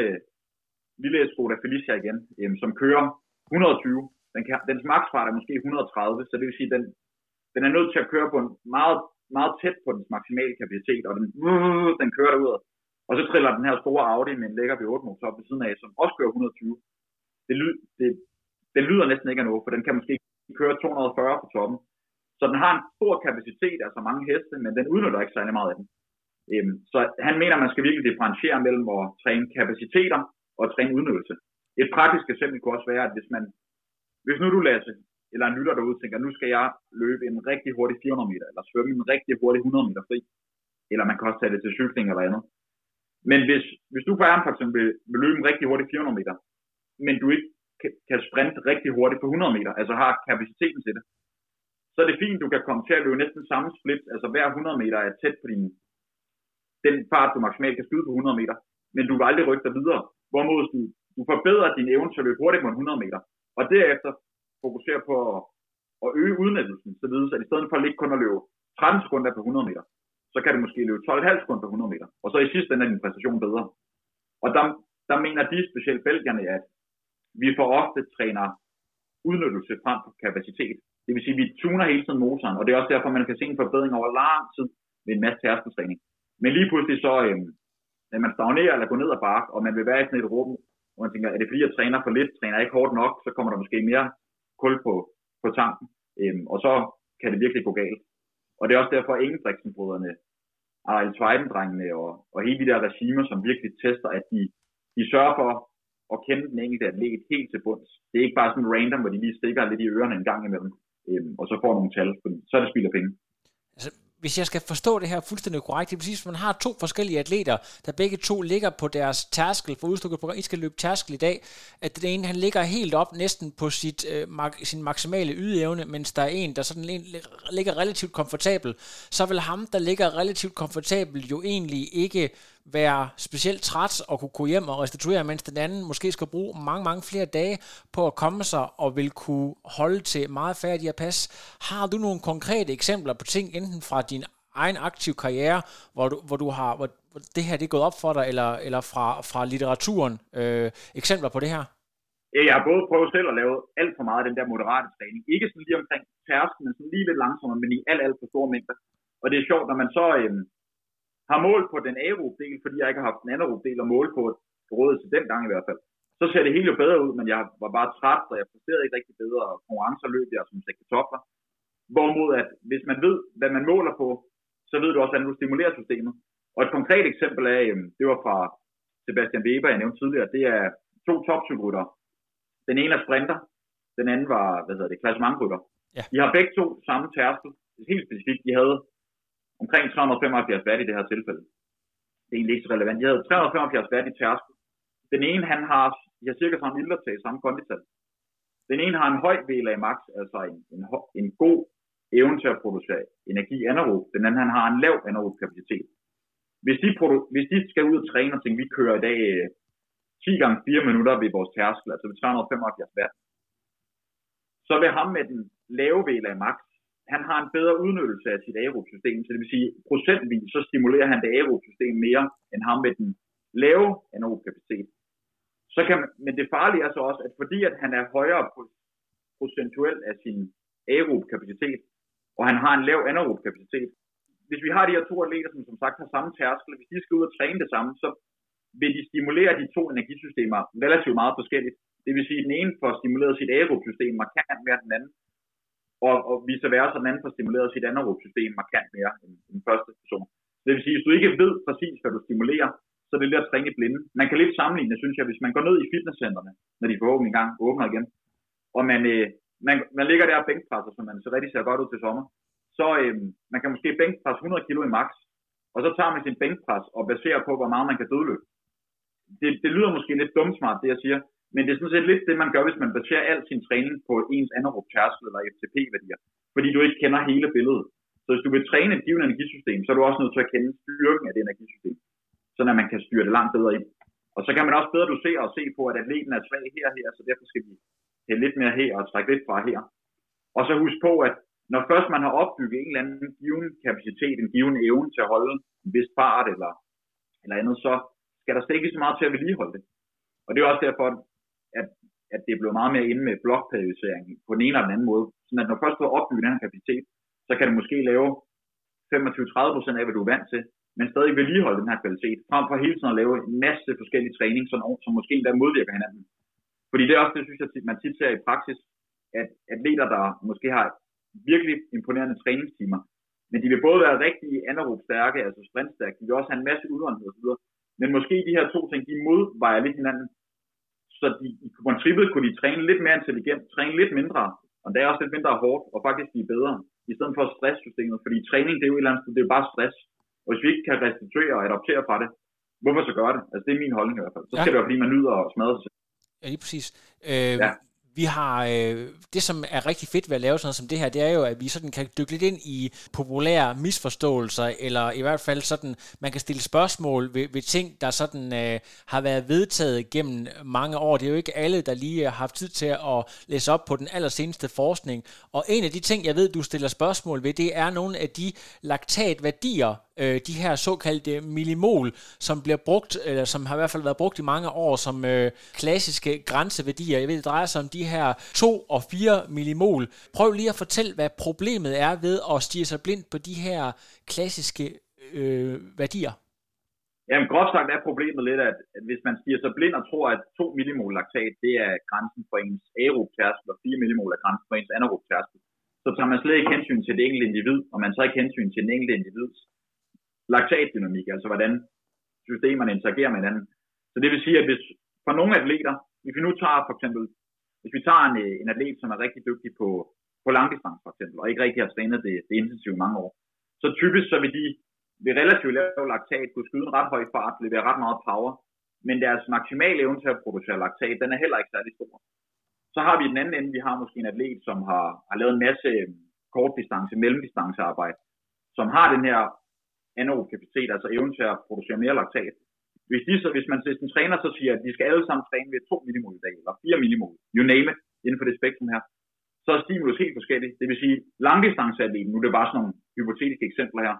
lille Skoda Felicia igen, øhm, som kører et hundrede og tyve, den kan, dens maksfart er måske et hundrede og tredive, så det vil sige, den, den er nødt til at køre på en meget, meget tæt på dens maksimale kapacitet, og den, uh, den kører derud. Og så triller den her store Audi med en lækker V otte motor op ved siden af, som også kører et hundrede og tyve. Det, ly- det, den lyder næsten ikke af noget, for den kan måske køre to hundrede og fyrre på toppen. Så den har en stor kapacitet, altså mange heste, men den udnytter ikke særlig meget af den. Øhm, så han mener, at man skal virkelig differentiere mellem at træne kapaciteter og at træne udnyttelse. Et praktisk eksempel kunne også være, at hvis man, hvis nu du Lasse, eller en lytter derude, tænker, nu skal jeg løbe en rigtig hurtig fire hundrede meter, eller svømme en rigtig hurtig hundrede meter fri, eller man kan også tage det til cykling eller andet. Men hvis, hvis du på ærm for eksempel vil, vil løbe en rigtig hurtig fire hundrede meter, men du ikke kan, kan sprinte rigtig hurtigt på hundrede meter, altså har kapaciteten til det, så er det fint, du kan komme til at løbe næsten samme split, altså hver hundrede meter er tæt på din, den fart, du maksimalt kan skyde på hundrede meter, men du vil aldrig rykke dig videre. Hvorimod du, du forbedrer din evne til at løbe hurtigt på hundrede meter, og derefter fokuserer på at, at øge udnyttelsen, så videre, så i stedet for at ligge kun at løbe tretten sekunder på hundrede meter, så kan du måske løbe tolv komma fem sekunder på hundrede meter, og så i sidste ende er din præstation bedre. Og der, der mener de specielt belgierne, at vi for ofte træner udnyttelse frem på kapacitet. Det vil sige, at vi tuner hele tiden motoren, og det er også derfor, man kan se en forbedring over lang tid med en masse tærskeltræning. Men lige pludselig så, øhm, når man stagnerer eller går ned ad bakke, og man vil være i sådan et rum, og man tænker, er det fordi, jeg træner for lidt, træner ikke hårdt nok, så kommer der måske mere kul på, på tanken, øhm, og så kan det virkelig gå galt. Og det er også derfor, at Ingebrigtsen-brødrene, Arild Zweiden-drengene og, og hele de der regimer, som virkelig tester, at de, de sørger for at kende den enkelte atlet helt til bunds. Det er ikke bare sådan random, hvor de lige stikker lidt i ørerne en gang imellem, øhm, og så får nogle tal, så er det spilder penge. Altså, hvis jeg skal forstå det her fuldstændig korrekt, det er præcis, at man har to forskellige atleter, der begge to ligger på deres tærskel, for udstukket på, I skal løbe tærskel i dag, at den ene, han ligger helt op næsten på sit, øh, mak- sin maksimale ydeevne, mens der er en, der sådan ligger relativt komfortabel, så vil ham, der ligger relativt komfortabel, jo egentlig ikke være specielt træt og kunne gå hjem og restituere, mens den anden måske skal bruge mange, mange flere dage på at komme sig og vil kunne holde til meget færdig at passe. Har du nogle konkrete eksempler på ting, enten fra din egen aktiv karriere, hvor du, hvor du har, hvor det her det er gået op for dig, eller, eller fra, fra litteraturen, øh, eksempler på det her? Ja, jeg har både prøvet selv at lave alt for meget af den der moderate træning. Ikke sådan lige omkring tærsken, men sådan lige lidt langsommere, men i alt, alt for store mængder. Og det er sjovt, når man så øhm, har målt på den aerob del, fordi jeg ikke har haft en anaerob del at måle på rådet til den gang i hvert fald, så ser det hele jo bedre ud, men jeg var bare træt, og jeg præsterede ikke rigtig bedre, og konkurrencer løb jeg som sække kartofler. Hvorimod at hvis man ved, hvad man måler på, så ved du også, hvordan du stimulerer systemet. Og et konkret eksempel af, det var fra Sebastian Weber, jeg nævnte tidligere, det er to topcykelrytter. Den ene er sprinter, den anden var, hvad hedder det, klassementrytter. Ja. De har begge to samme tærskel. Helt specifikt, de havde omkring tre hundrede og femoghalvfjerds watt i det her tilfælde. Det er egentlig ikke så relevant. De havde tre hundrede og femoghalvfjerds watt i tærskel. Den ene, han har, de har cirka samme ildertag, samme kondital. Den ene har en høj V L A max, altså en, en, en god evne til at producere energi anaerob. Den anden, han har en lav anaerob kapacitet. Hvis de, produ- hvis de skal ud og træne og tænke, vi kører i dag eh, ti gange fire minutter ved vores tærskel, altså ved tre hundrede og femoghalvfjerds watt, så vil ham med den lave V L A max, han har en bedre udnyttelse af sit aerob system, så det vil sige procentvis, så stimulerer han det aerob system mere end ham med den lave anaerob kapacitet. Så kan man, men det farlige er så også, at fordi at han er højere procentuelt af sin aerob kapacitet, og han har en lav anaerob kapacitet, hvis vi har de her to atleter, som som sagt har samme tærskel, hvis de skal ud og træne det samme, så vil de stimulere de to energisystemer relativt meget forskelligt. Det vil sige, at den ene får stimuleret sit aerob system markant mere end den anden, og, og vice versa, den anden får stimuleret sit anaerob system markant mere end den første person. Det vil sige, at hvis du ikke ved præcis, hvad du stimulerer, så er det lidt at træne i blinde. Man kan lidt sammenligne, synes jeg, hvis man går ned i fitnesscentrene, når de forhåbentlig engang åbner igen, og man, øh, man, man ligger der og bænkpresser, som man så rigtig ser godt ud til sommer, så øh, man kan måske bænkpresse hundrede kilo i max, og så tager man sin bænkpres og baserer på, hvor meget man kan dødløbe. Det, det lyder måske lidt dumsmart, det jeg siger, men det er sådan set lidt det, man gør, hvis man baserer al sin træning på ens anaerob tærskel eller F T P-værdier, fordi du ikke kender hele billedet. Så hvis du vil træne et givet energisystem, så er du også nødt til at kende styrken af det energisystem, så man kan styre det langt bedre ind. Og så kan man også bedre dosere og se på, at atleten er svag her og her, så derfor skal vi hælde lidt mere her og trække lidt fra her. Og så husk på, at når først man har opbygget en eller anden given kapacitet, en given evne til at holde en vis fart eller, eller andet, så skal der slet ikke så meget til at vedligeholde det. Og det er også derfor, at, at det er blevet meget mere inde med blokperiodisering på den ene eller den anden måde. Så at når først du har opbygget den her kapacitet, så kan du måske lave femogtyve til tredive procent af, hvad du er vant til, men stadig vedligeholde den her kvalitet, frem for hele tiden at lave en masse forskellige træning, som måske endda modvirker hinanden. Fordi det er også det, synes jeg, man tit ser i praksis, at atleter, der måske har virkelig imponerende træningstimer, men de vil både være rigtig anaerob stærke, altså sprintstærke, de vil også have en masse udholdenhed osv., men måske de her to ting, de modvejer lidt hinanden, så de, i trippet kunne de træne lidt mere intelligent, træne lidt mindre, og det er også lidt mindre hårdt, og faktisk blive bedre, i stedet for stresssystemet, fordi træning, det er jo et eller andet, det er jo bare stress, og hvis vi ikke kan restituere og adoptere fra det, hvorfor så gøre det? Altså det er min holdning i hvert fald. Så skal ja. det være, fordi man nyder og smadrer sig. Ja, lige præcis. Øh, ja. Vi har, øh, det som er rigtig fedt ved at lave sådan noget som det her, det er jo, at vi sådan kan dykke lidt ind i populære misforståelser, eller i hvert fald sådan, man kan stille spørgsmål ved, ved ting, der sådan øh, har været vedtaget gennem mange år. Det er jo ikke alle, der lige har haft tid til at læse op på den allerseneste forskning. Og en af de ting, jeg ved, du stiller spørgsmål ved, det er nogle af de laktatværdier, øh, de her såkaldte millimol, som bliver brugt, eller som har i hvert fald været brugt i mange år som øh, klassiske grænseværdier. Jeg ved, det drejer sig om de her to og fire millimol. Prøv lige at fortælle, hvad problemet er ved at stirre sig blind på de her klassiske øh, værdier. Jamen groft sagt er problemet lidt, at, at hvis man stirrer sig blind og tror, at to millimol laktat, det er grænsen for ens aerob tærskel, og fire millimol er grænsen for ens anaerob tærskel, så tager man slet ikke hensyn til det enkelte individ, og man tager ikke hensyn til den enkelte individs laktatdynamik, altså hvordan systemerne interagerer med hinanden. Så det vil sige, at hvis for nogle atleter, hvis vi nu tager for eksempel Hvis vi tager en, en atlet, som er rigtig dygtig på, på langdistance for eksempel, og ikke rigtig har trænet det, det intensivt i mange år, så typisk så vil de ved relativt lav laktat kunne skyde en ret høj fart, levere ret meget power, men deres maksimale evne til at producere laktat, den er heller ikke særlig stor. Så har vi i den anden ende, vi har måske en atlet, som har, har lavet en masse kortdistance, mellemdistancearbejde, som har den her anaerob kapacitet, altså evne til at producere mere laktat. Hvis, de så, hvis man hvis en træner så siger, at de skal alle sammen træne ved to millimol i dag, eller fire millimol, you name it, inden for det spektrum her, så er stimulus helt forskelligt. Det vil sige, langdistanceatleten, nu er det bare sådan nogle hypotetiske eksempler her,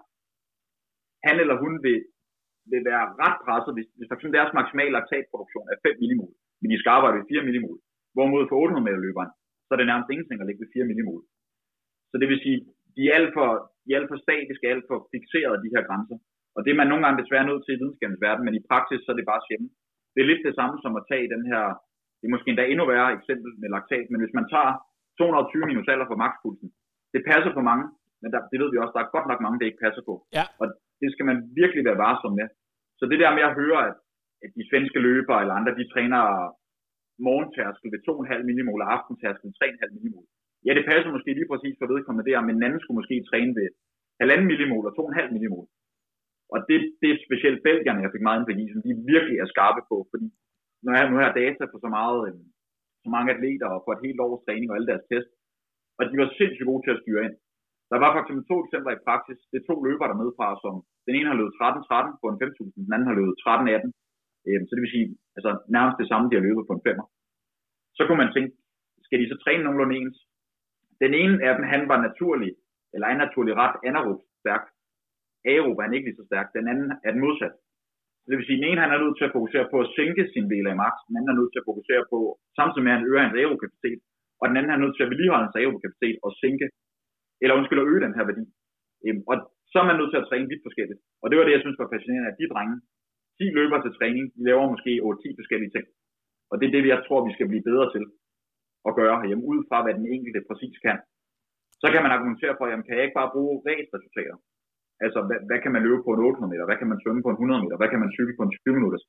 han eller hun vil, vil være ret presset, hvis, hvis for eksempel deres maksimale laktatproduktion er fem millimol, men de skal arbejde ved fire millimol, hvorimod for otte hundrede meter løberen, så er det nærmest ingenting at ligge ved fire millimol. Så det vil sige, de er alt for, de er alt for statiske, alt for fixerede de her grænser. Og det er man nogle gange desværre nødt til i videnskabens verden, men i praksis så er det bare sjældent. Det er lidt det samme som at tage den her, det er måske endda endnu værre eksempel med laktat, men hvis man tager to hundrede og tyve minus alder for makspulsen, det passer for mange, men der, det ved vi også, der er godt nok mange, det ikke passer på. Ja. Og, det skal man virkelig være varsom med. Så det der med at høre, at, at de svenske løbere eller andre, de træner morgentærskel ved to komma fem millimol og aftentærskel ved tre komma fem millimol. Ja, det passer måske lige præcis for vedkommende der, men den anden skulle måske træne ved halvanden millimol og to komma fem millimol. Og det, det er specielt belgierne, jeg fik meget indblik i, som de virkelig er skarpe på, fordi når jeg nu har data på så meget, så mange atleter og på et helt års træning og alle deres test, og de var sindssygt gode til at styre ind. Der var faktisk to eksempler i praksis. Det er to løbere der medfra, som den ene har løbet tretten tretten på en fem tusind, den anden har løbet tretten atten. Så det vil sige, altså nærmest det samme, de har løbet på en femmer. Så kunne man tænke, skal de så træne nogenlunde ens? Den ene af dem, han var naturlig, eller er naturlig ret anaerob stærk. Aerob er han ikke lige så stærk. Den anden er den modsat. Så det vil sige, den ene han er nødt til at fokusere på at sænke sin V L A max. Den anden er nødt til at fokusere på, samtidig med at han øger hans aerokapacitet. Og den anden er nødt til at vedligeholde hans aerokapacitet og sænke, eller undskyld at øge den her værdi. Og så er man nødt til at træne vidt forskelligt. Og det var det, jeg synes var fascinerende, at de drenge, ti løber til træning, de laver måske otte ti forskellige ting. Og det er det, jeg tror, vi skal blive bedre til at gøre herhjemme, ud fra hvad den enkelte præcis kan. Så kan man argumentere for, jamen kan jeg ikke bare bruge race-resultater? Altså, hvad, hvad kan man løbe på en otte hundrede meter? Hvad kan man svømme på en hundrede meter? Hvad kan man cykle på en tyve minutter?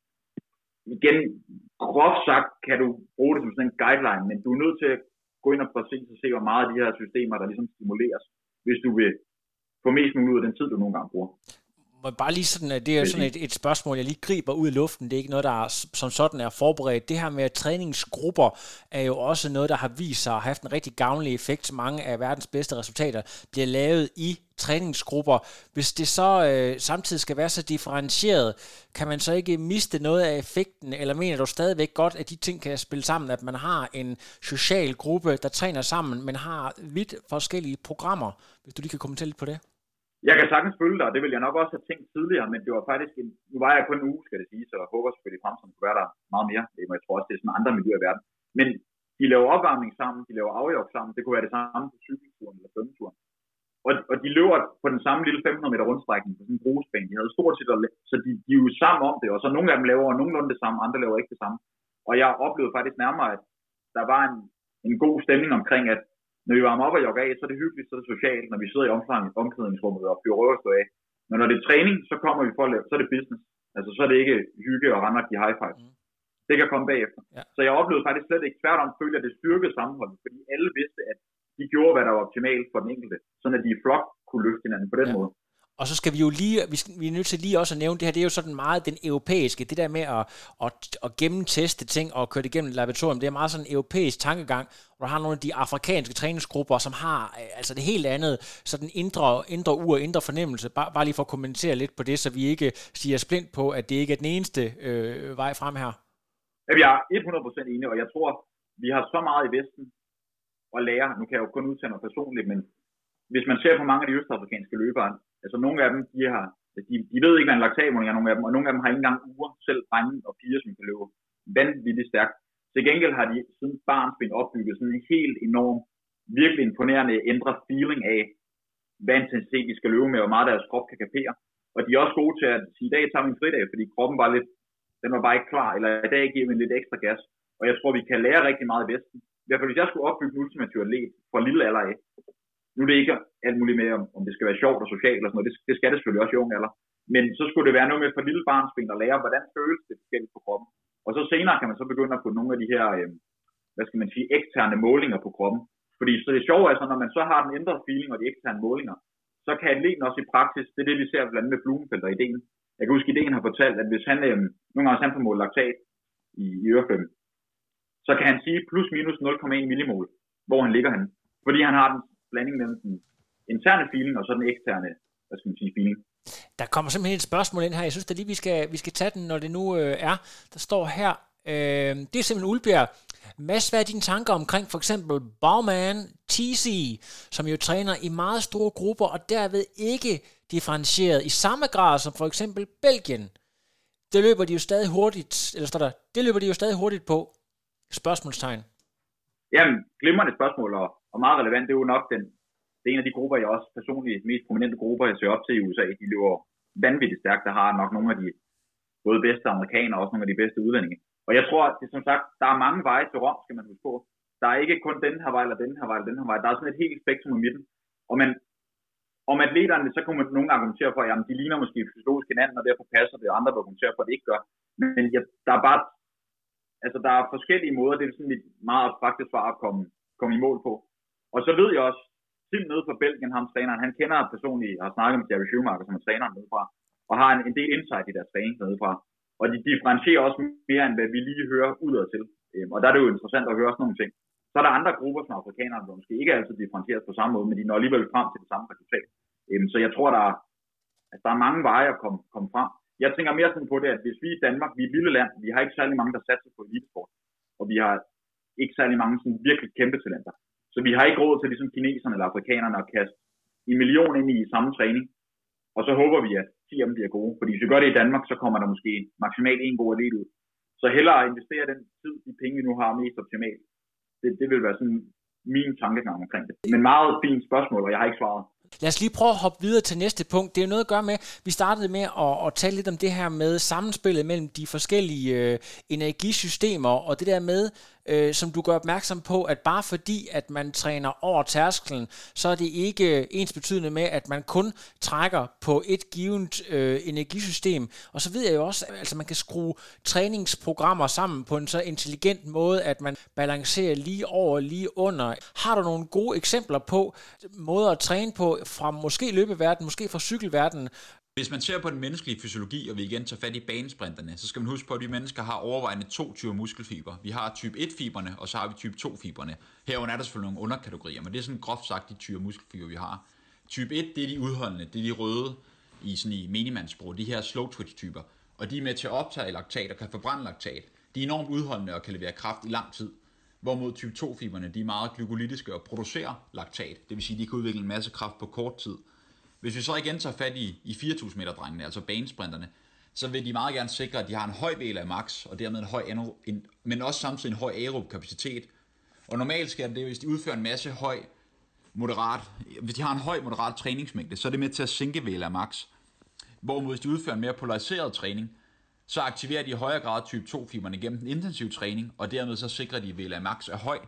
Igen, groft sagt kan du bruge det som sådan en guideline, men du er nødt til at gå ind og præcis og se, hvor meget af de her systemer, der ligesom stimuleres, hvis du vil få mest muligt ud af den tid, du nogle gange bruger. Bare lige sådan, at det er sådan et, et spørgsmål, jeg lige griber ud i luften. Det er ikke noget, der er, som sådan er forberedt. Det her med træningsgrupper er jo også noget, der har vist sig at have haft en rigtig gavnlig effekt. Mange af verdens bedste resultater bliver lavet i træningsgrupper. Hvis det så øh, samtidig skal være så differentieret, kan man så ikke miste noget af effekten, eller mener du stadigvæk godt, at de ting kan spille sammen, at man har en social gruppe, der træner sammen, men har vidt forskellige programmer? Hvis du lige kan kommentere lidt på det. Jeg kan sagtens følge dig, og det ville jeg nok også have tænkt tidligere, men det var faktisk, en, nu var jeg kun en uge, skal det sige, så jeg håber selvfølgelig i fremtiden kunne være der meget mere. Jeg tror også, det er sådan andre miljøer i verden. Men de laver opvarmning sammen, de laver afjog sammen, det kunne være det samme på cykelturen eller svømmeturen. Og, og de løber på den samme lille fem hundrede meter rundstrækning på sådan en grusbane. De havde stort set, så de, de er jo sammen om det, og så nogle af dem laver nogenlunde det samme, andre laver ikke det samme. Og jeg oplevede faktisk nærmere, at der var en, en god stemning omkring, at når vi varmer op og jogger af, så er det hyggeligt, så er det socialt, når vi sidder i omklædningsrummet og fyrer røverstå af. Men når det er træning, så kommer vi for at lave, så er det business. Altså så er det ikke hygge og rende og give high five. Mm. Det kan komme bagefter. Ja. Så jeg oplevede faktisk slet ikke tværtom følge, at det styrkede sammenholdet, fordi alle vidste, at de gjorde, hvad der var optimalt for den enkelte, sådan at de i flok kunne løfte hinanden på den ja. måde. Og så skal vi jo lige, vi, skal, vi er nødt til lige også at nævne det her, det er jo sådan meget den europæiske, det der med at, at, at gennemteste ting og køre det igennem et laboratorium, det er meget sådan en europæisk tankegang, hvor der har nogle af de afrikanske træningsgrupper, som har altså det helt andet, sådan indre, indre ur, indre fornemmelse, bare, bare lige for at kommentere lidt på det, så vi ikke siger splint på, at det ikke er den eneste øh, vej frem her. Jeg er hundrede procent enig, og jeg tror, vi har så meget i Vesten at lære, nu kan jeg jo kun udtale mig personligt, men hvis man ser på mange af de østafrikanske løbere, altså nogle af dem, de, har, de, de ved ikke, hvad en laktatmåling er, nogle af dem, og nogle af dem har ikke engang uger, selv drenge og piger, som kan løbe vanvittigt stærkt. Til gengæld har de siden barnsben opbygget sådan en helt enorm, virkelig imponerende ændret feeling af, hvad intensitet de skal løbe med, og meget deres krop kan kapere. Og de er også gode til at sige, i dag tager vi en fridag, fordi kroppen var lidt, den var bare ikke klar, eller i dag giver vi en lidt ekstra gas. Og jeg tror, vi kan lære rigtig meget i Vesten. I hvert fald, hvis jeg skulle opbygge en ultimativ atlet fra lille alder af, nu er det ikke alt muligt med, om det skal være sjovt og socialt eller sådan noget. Det, det skal det selvfølgelig også i unge alder. Men så skulle det være noget med for lille barnsben at lære, hvordan føles det forskelligt på kroppen. Og så senere kan man så begynde at få nogle af de her, øh, hvad skal man sige, eksterne målinger på kroppen. Fordi så det sjove er så, når man så har den ændrede feeling og de eksterne målinger, så kan atleten også i praksis, det er det vi ser blandt andet med Blumenfeldt og ideen. Jeg kan huske, ideen har fortalt, at hvis han, øh, nogle gange han får målt laktat i, i øreflømmen, så kan han sige plus minus nul komma en millimol, hvor han ligger henne. Fordi han har den blanding mellem den interne feeling og så den eksterne, hvad skal man sige, feeling. Der kommer simpelthen et spørgsmål ind her. Jeg synes da lige, vi skal, vi skal tage den, når det nu øh, er. Der står her, øh, det er simpelthen Ulbjerg. Mads, hvad er dine tanker omkring for eksempel Baumann, T C, som jo træner i meget store grupper, og derved ikke differentieret i samme grad som for eksempel Belgien? Det løber de jo stadig hurtigt, eller står der, det løber de jo stadig hurtigt på. Spørgsmålstegn. Jamen, glimrende spørgsmål, og, og meget relevant. Det er jo nok den, det er en af de grupper, jeg også personligt, mest prominente grupper, jeg ser op til i U S A. De løber vanvittigt stærkt. Der har nok nogle af de både bedste amerikanere og også nogle af de bedste udlændinge. Og jeg tror, at det, som sagt, der er mange veje til Rom, skal man huske på. Der er ikke kun den her vej, eller den her vej, eller den her vej. Der er sådan et helt spektrum i midten. Og man, om atleterne, så kunne man nogen argumentere for, at jamen, de ligner måske fysiologisk hinanden, og derfor passer det, og andre argumenterer for, at det ikke gør. Men ja, der er bare, altså der er forskellige måder, det er sådan lidt meget praktisk for at komme, komme i mål på. Og så ved jeg også, Tim nede fra Belgien, ham træneren, han kender personligt, har snakket med Jerry Schumacher, som er træneren nedefra, og har en, en del insight i deres træning nedefra. Og de differentierer også mere, end hvad vi lige hører udad til. Og der er det jo interessant at høre sådan nogle ting. Så er der andre grupper, som afrikanere, der måske ikke altid differentieres på samme måde, men de når alligevel frem til det samme resultat. Så jeg tror, der er, at der er mange veje at komme, komme frem. Jeg tænker mere sådan på det, at hvis vi i Danmark, vi er et lille land, vi har ikke særlig mange, der satser på elitesport, og vi har ikke særlig mange sådan virkelig kæmpe talenter. Så vi har ikke råd til ligesom kineserne eller afrikanerne at kaste en million ind i samme træning, og så håber vi, at ti af dem bliver gode. Fordi hvis vi gør det i Danmark, så kommer der måske maksimalt en god atlet ud. Så hellere investere den tid, de penge, vi nu har, mest optimalt. Det, det vil være sådan min tankegang omkring det. Men meget fint spørgsmål, og jeg har ikke svaret. Lad os lige prøve at hoppe videre til næste punkt. Det er jo noget at gøre med, vi startede med at, at tale lidt om det her med sammenspillet mellem de forskellige øh, energisystemer, og det der med, øh, som du gør opmærksom på, at bare fordi, at man træner over tærsklen, så er det ikke ensbetydende med, at man kun trækker på et givet øh, energisystem. Og så ved jeg jo også, at altså, man kan skrue træningsprogrammer sammen på en så intelligent måde, at man balancerer lige over, lige under. Har du nogle gode eksempler på måder at træne på, fra måske løbeverdenen, måske fra cykelverdenen? Hvis man ser på den menneskelige fysiologi, og vi igen tager fat i banesprinterne, så skal man huske på, at vi mennesker har overvejende to typer muskelfiber. Vi har type et-fiberne, og så har vi type to-fiberne. Herunder er der selvfølgelig nogle underkategorier, men det er sådan groft sagt de typer muskelfiber, vi har. Type et, det er de udholdende, det er de røde i, sådan i minimandsprog, de her slow twitch-typer. Og de er med til at optage laktat og kan forbrænde laktat. De er enormt udholdende og kan levere kraft i lang tid. Hvorimod type to-fiberne, de er meget glykolytiske og producerer laktat. Det vil sige, at de kan udvikle en masse kraft på kort tid. Hvis vi så igen tager fat i, i fire tusind meter drengene, altså banesprinterne, så vil de meget gerne sikre, at de har en høj V L A max, og dermed en høj, en, men også samtidig en høj aerob kapacitet. Og normalt sker det, hvis de udfører en masse høj, moderat, hvis de har en høj, moderat træningsmængde, så er det med til at sænke V L A max. Hvorimod hvis de udfører en mere polariseret træning, så aktiverer de i højere grad type to-fiberne gennem den intensive træning, og dermed så sikrer de, at V L A max er høj.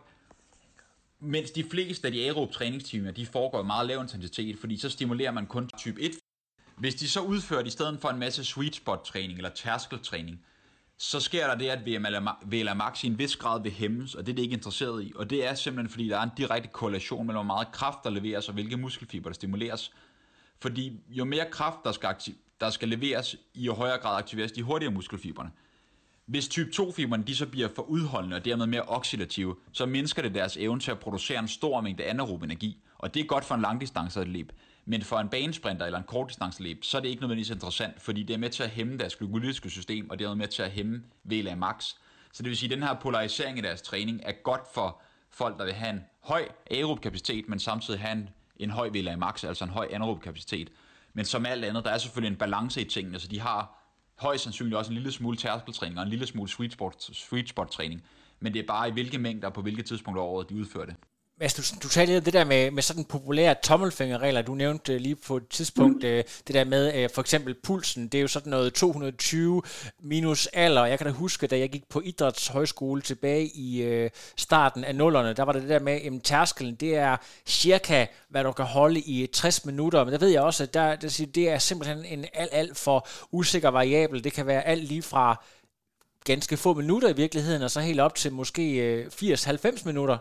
Mens de fleste af de aerob træningstimer, de foregår i meget lav intensitet, fordi så stimulerer man kun type et. Hvis de så udfører i stedet for en masse sweet spot træning eller tærskeltræning, så sker der det, at V L A max i en vis grad vil hæmmes, og det er det ikke interesseret i. Og det er simpelthen, fordi der er en direkte korrelation mellem, hvor meget kraft der leveres, og hvilke muskelfiber der stimuleres. Fordi jo mere kraft der skal, aktiv- der skal leveres, i jo højere grad aktiveres de hurtigere muskelfiberne. Hvis type to-fiberne de så bliver for udholdende og dermed mere oxidative, så mindsker det deres evne til at producere en stor mængde anaerob energi. Og det er godt for en langdistanceatløb. Men for en banesprinter eller en kortdistanceløb, så er det ikke nødvendigvis interessant, fordi det er med til at hæmme deres glykolytiske system, og dermed med til at hæmme V L A max. Så det vil sige, at den her polarisering i deres træning er godt for folk, der vil have en høj aerob kapacitet, men samtidig have en, en høj V L A max, altså en høj anaerob kapacitet. Men som alt andet, der er selvfølgelig en balance i tingene, så de har højst sandsynligt også en lille smule tærskeltræning og en lille smule sweet spot, sweet spot træning. Men det er bare i hvilke mængder på hvilke tidspunkter af året de udfører det. Mads, du, du talte lidt om det der med, med sådan populære tommelfingerregler. Du nævnte uh, lige på et tidspunkt uh, det der med uh, for eksempel pulsen. Det er jo sådan noget to hundrede og tyve minus alder. Jeg kan da huske, da jeg gik på idrætshøjskole tilbage i uh, starten af nullerne, der var det det der med, at tærskelen, det er cirka, hvad du kan holde i tres minutter. Men der ved jeg også, at der, der siger, det er simpelthen en alt, alt for usikker variabel. Det kan være alt lige fra ganske få minutter i virkeligheden, og så helt op til måske uh, firs til halvfems minutter.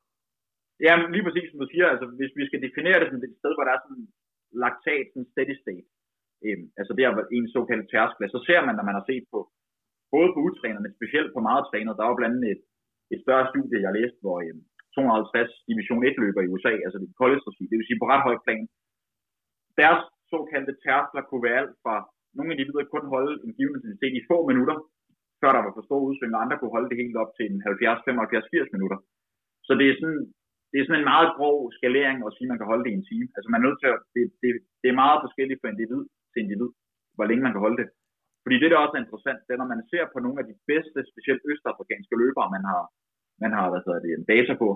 Ja, lige præcis som du siger, altså hvis vi skal definere det som et sted, hvor der er sådan laktat, sådan steady state, øhm, altså det er en såkaldt tærskel, så ser man, når man har set på, både på utrænere, men specielt på meget trænet, der er jo blandt andet et, et større studie, jeg læste, hvor øhm, to hundrede og halvtreds division et løber i U S A, altså det college-regi, det vil sige på ret højt plan, deres såkaldte tærskler kunne være alt fra, nogle individer kun holde en given intensitet i få minutter, før der var for store udsving, og andre kunne holde det helt op til en halvfjerds, femoghalvfjerds, firs minutter. Så det er sådan, det er sådan en meget grov skalering at sige, at man kan holde det i en time. Altså man er nødt til at, det, det, det er meget forskelligt fra individ til individ, hvor længe man kan holde det. Fordi det, der også er interessant, det er, når man ser på nogle af de bedste, specielt østafrikanske løbere, man har, man har hvad hedder det, en data på.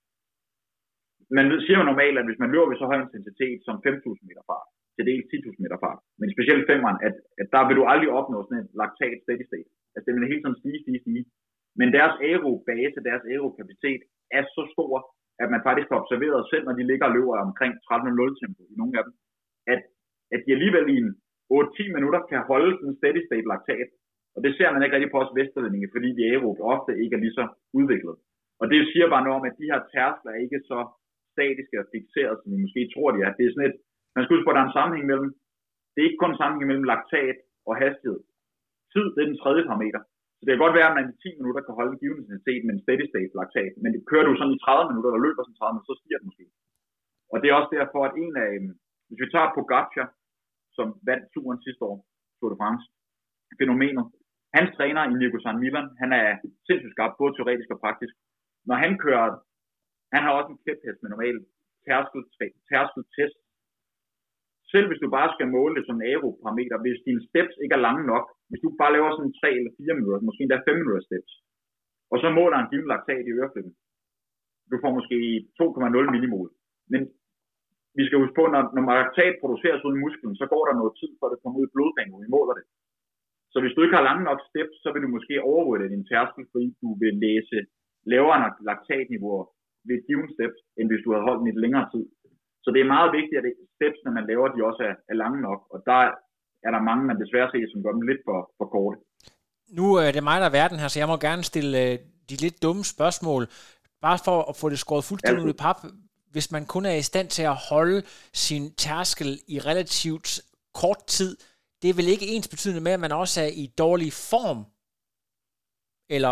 Man siger jo normalt, at hvis man løber ved så høj intensitet som fem tusind meter fart, til dels ti tusind meter fart, men specielt femmeren, at, at der vil du aldrig opnå sådan en laktat steady state. Altså det vil helt sådan stige, stige, stige. Men deres aerob base, deres aerob kapacitet er så stor, at man faktisk har observeret selv, når de ligger og løber omkring tretten nul tempo i nogle af dem, at, at de alligevel i en otte til ti minutter kan holde sådan en steady state laktat. Og det ser man ikke rigtig på os vesterlændinge, fordi de aerob ofte ikke er lige så udviklet. Og det siger bare noget om, at de her tærskler er ikke så statiske og fixeret, som vi måske tror, de er. Det er sådan et, man skal huske på, at der er en sammenhæng mellem, det er ikke kun en sammenhæng mellem laktat og hastighed. Tid, det er den tredje parameter. Så det kan godt være, at man i ti minutter kan holde en given intensitet med en steady state laktat, men det kører du sådan i tredive minutter, eller løber sådan tredive minutter, så stiger det måske. Og det er også derfor, at en af, hvis vi tager Pogačar, som vandt turen sidste år, Tour de France, fænomenet, hans træner i Nico San Milan, han er sindssygt skarp, både teoretisk og praktisk. Når han kører, han har også en kæphest med normal tærskel, tærskeltest. Selv hvis du bare skal måle det som en aeroparameter, hvis dine steps ikke er lange nok, hvis du bare laver sådan tre eller fire minutter, måske endda fem minutter steps, og så måler en given laktat i øreflippen, du får måske to komma nul millimol. Men vi skal huske på, når, når laktat produceres ud i musklen, så går der noget tid, for det kommer ud i blodbanen, hvor vi måler det. Så hvis du ikke har lange nok steps, så vil du måske overvurdere din tærskel, fordi du vil læse lavere laktatniveauer ved et given steps, end hvis du havde holdt den i et længere tid. Så det er meget vigtigt, at steps, når man laver, de også er, er lange nok. Og der er der mange, man desværre ser, som gør dem lidt for, for korte. Nu er det mig, der er verden her, så jeg må gerne stille øh, de lidt dumme spørgsmål. Bare for at få det skåret fuldstændig ud i pap. Hvis man kun er i stand til at holde sin tærskel i relativt kort tid, det er vel ikke ens betydende med, at man også er i dårlig form? Eller?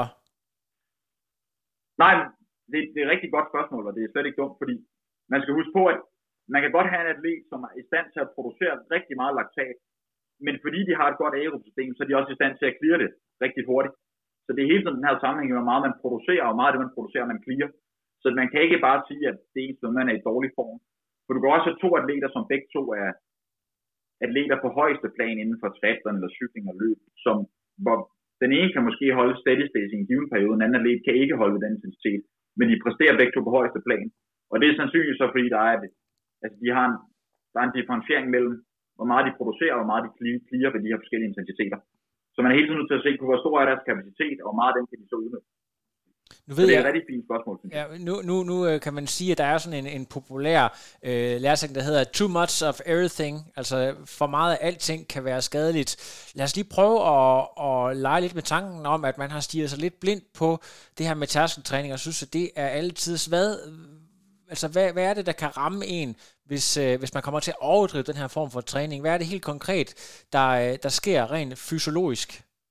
Nej, det, det er et rigtig godt spørgsmål, og det er slet ikke dumt, fordi man skal huske på, at man kan godt have en atlet, som er i stand til at producere rigtig meget laktat, men fordi de har et godt aerobsystem, så er de også i stand til at clear det rigtig hurtigt. Så det er hele tiden den her sammenhæng, hvor meget man producerer, og meget af det, man producerer, man clear. Så man kan ikke bare sige, at det er ens, når man er i dårlig form. For du kan også have to atleter, som begge to er atleter på højeste plan inden for triathlon eller cykling og løb, som, hvor den ene kan måske holde steady state i en given periode, den anden atlet kan ikke holde den intensitet, men de præsterer begge to på højeste plan. Og det er sandsynligt så, fordi der er, altså de har en, der er en differentiering mellem, hvor meget de producerer, og hvor meget de clear ved de her forskellige intensiteter. Så man er hele tiden nødt til at se på, hvor stor er deres kapacitet, og hvor meget af den kan de så udnytte. Nu ved det er jeg, et rigtig fint spørgsmål. Ja, nu, nu, nu kan man sige, at der er sådan en, en populær øh, læresætning, der hedder too much of everything, altså for meget af alting kan være skadeligt. Lad os lige prøve at, at lege lidt med tanken om, at man har stirret sig lidt blind på det her med tærskeltræning, og synes, at det er altid hvad, altså hvad, hvad er det, der kan ramme en, hvis, øh, hvis man kommer til at overdrive den her form for træning? Hvad er det helt konkret, der, der sker rent fysiologisk?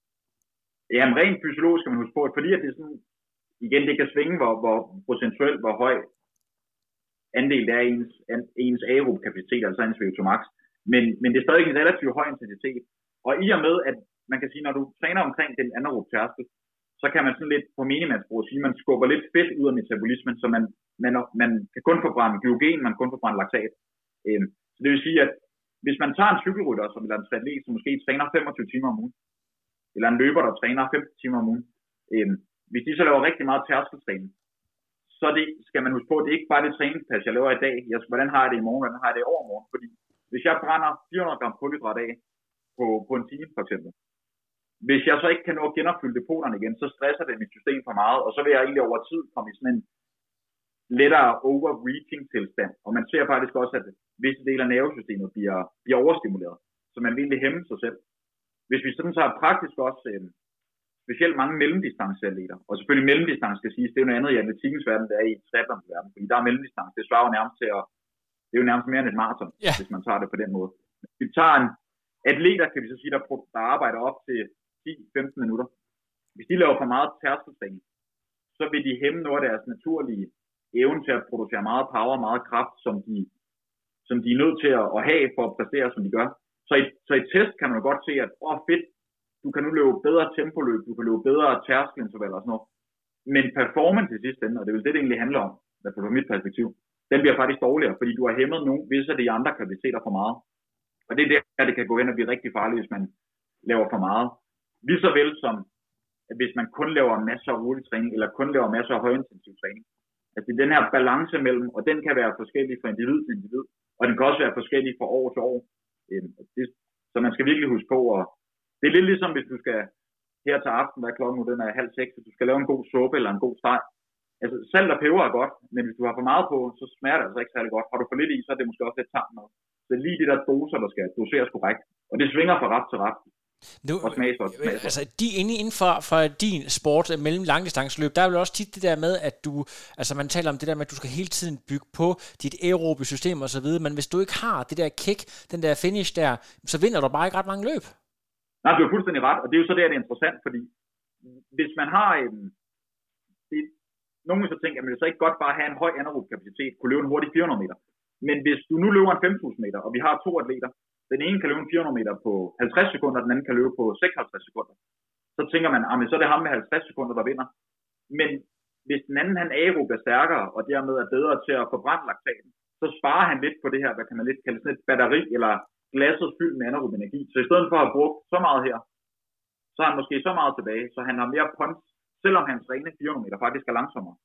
Jamen rent fysiologisk kan man huske på, at fordi at det er sådan, igen, det kan svinge, hvor, hvor procentuelt, hvor høj andel det er ens, ens aerob kapacitet, altså ens V O two max. Men, men det er stadig en relativt høj intensitet. Og i og med, at man kan sige, når du træner omkring den anaerob tærskel, så kan man sådan lidt på minimandsprog sige, at man skubber lidt fedt ud af metabolismen, så man, man, man kan kun forbrænde glykogen, man kan kun forbrænde laktat. Øhm, så det vil sige, at hvis man tager en cykelrytter, som eller en triatlet, som måske træner femogtyve timer om ugen, eller en løber, der træner femten timer om ugen, øhm, hvis de så laver rigtig meget tærskeltræning, så det, skal man huske på, at det er ikke bare det træningspas, jeg laver i dag. Jeg, hvordan har jeg det i morgen, hvordan har jeg det i overmorgen? Fordi hvis jeg brænder fire hundrede gram kulhydrat af på, på en time for eksempel, hvis jeg så ikke kan nå at genopfylde depoterne igen, så stresser det mit system for meget, og så vil jeg egentlig over tid komme i sådan en lettere overreaching tilstand. Og man ser faktisk også, at visse dele af nervesystemet bliver, bliver overstimuleret, så man vil egentlig hæmme sig selv. Hvis vi sådan tager praktisk også, øh, specielt mange mellemdistanceatleter, og selvfølgelig mellemdistance skal siges, det er jo noget andet i atletikkens verden, det er i triathlons verden, fordi der er mellemdistance, det svarer jo nærmest til at, det er jo nærmest mere end et maraton, yeah. hvis man tager det på den måde. Hvis vi tager en atleter, kan vi så sige, der, der arbejder op til ti til femten minutter. Hvis de laver for meget tærskeltræning, så vil de hæmme noget af deres naturlige evne til at producere meget power, meget kraft, som de, som de er nødt til at, at have for at præstere, som de gør. Så i, så i test kan man jo godt se, at åh fedt, du kan nu løbe bedre tempoløb, du kan løbe bedre tærskelintervaller og sådan noget. Men performance i sidste ende, og det er vel det, det egentlig handler om, i hvert fald fra mit perspektiv, den bliver faktisk dårligere, fordi du har hæmmet nogle visse af de andre kapaciteter for meget. Og det er der, det kan gå hen og blive rigtig farligt, hvis man laver for meget. Lige så vel som, at hvis man kun laver masser af hurtig træning, eller kun laver masser af højintensiv træning. Altså det er den her balance mellem, og den kan være forskellig fra individ til individ, og den kan også være forskellig fra år til år. Så man skal virkelig huske på, og det er lidt ligesom, hvis du skal her til aften, hvad klokken nu, den er halv seks, hvis du skal lave en god suppe eller en god steg, altså salt og peber er godt, men hvis du har for meget på, så smager det altså ikke særlig godt. Har du for lidt i, så er det måske også lidt tamt noget. Så lige de der doser, der skal doseres korrekt. Og det svinger fra ret til ret. Nu, og smags for, smags for. Altså, de inde inden for, for din sport mellem langdistanceløb, der er jo også tit det der med, at du, altså man taler om det der med, at du skal hele tiden bygge på dit aerobe system og så videre, men hvis du ikke har det der kick, den der finish der, så vinder du bare ikke ret mange løb. Nej, du er fuldstændig ret, og det er jo så der, det er interessant, fordi hvis man har en, det, nogen vil så tænke, at man vil så ikke godt bare have en høj anaerob kapacitet, kunne løbe en hurtig fire hundrede meter. Men hvis du nu løber en fem tusind meter, og vi har to atleter, den ene kan løbe en fire hundrede meter på halvtreds sekunder, og den anden kan løbe på seksoghalvtreds sekunder, så tænker man, at så er det ham med halvtreds sekunder, der vinder. Men hvis den anden han aerob er stærkere, og dermed er bedre til at forbrænde laktaten, så sparer han lidt på det her, hvad kan man lidt kalde sådan et batteri, eller glasset fyldt med anaerob energi. Så i stedet for at have brugt så meget her, så har han måske så meget tilbage, så han har mere punch, selvom hans rene fire hundrede meter faktisk er langsommere.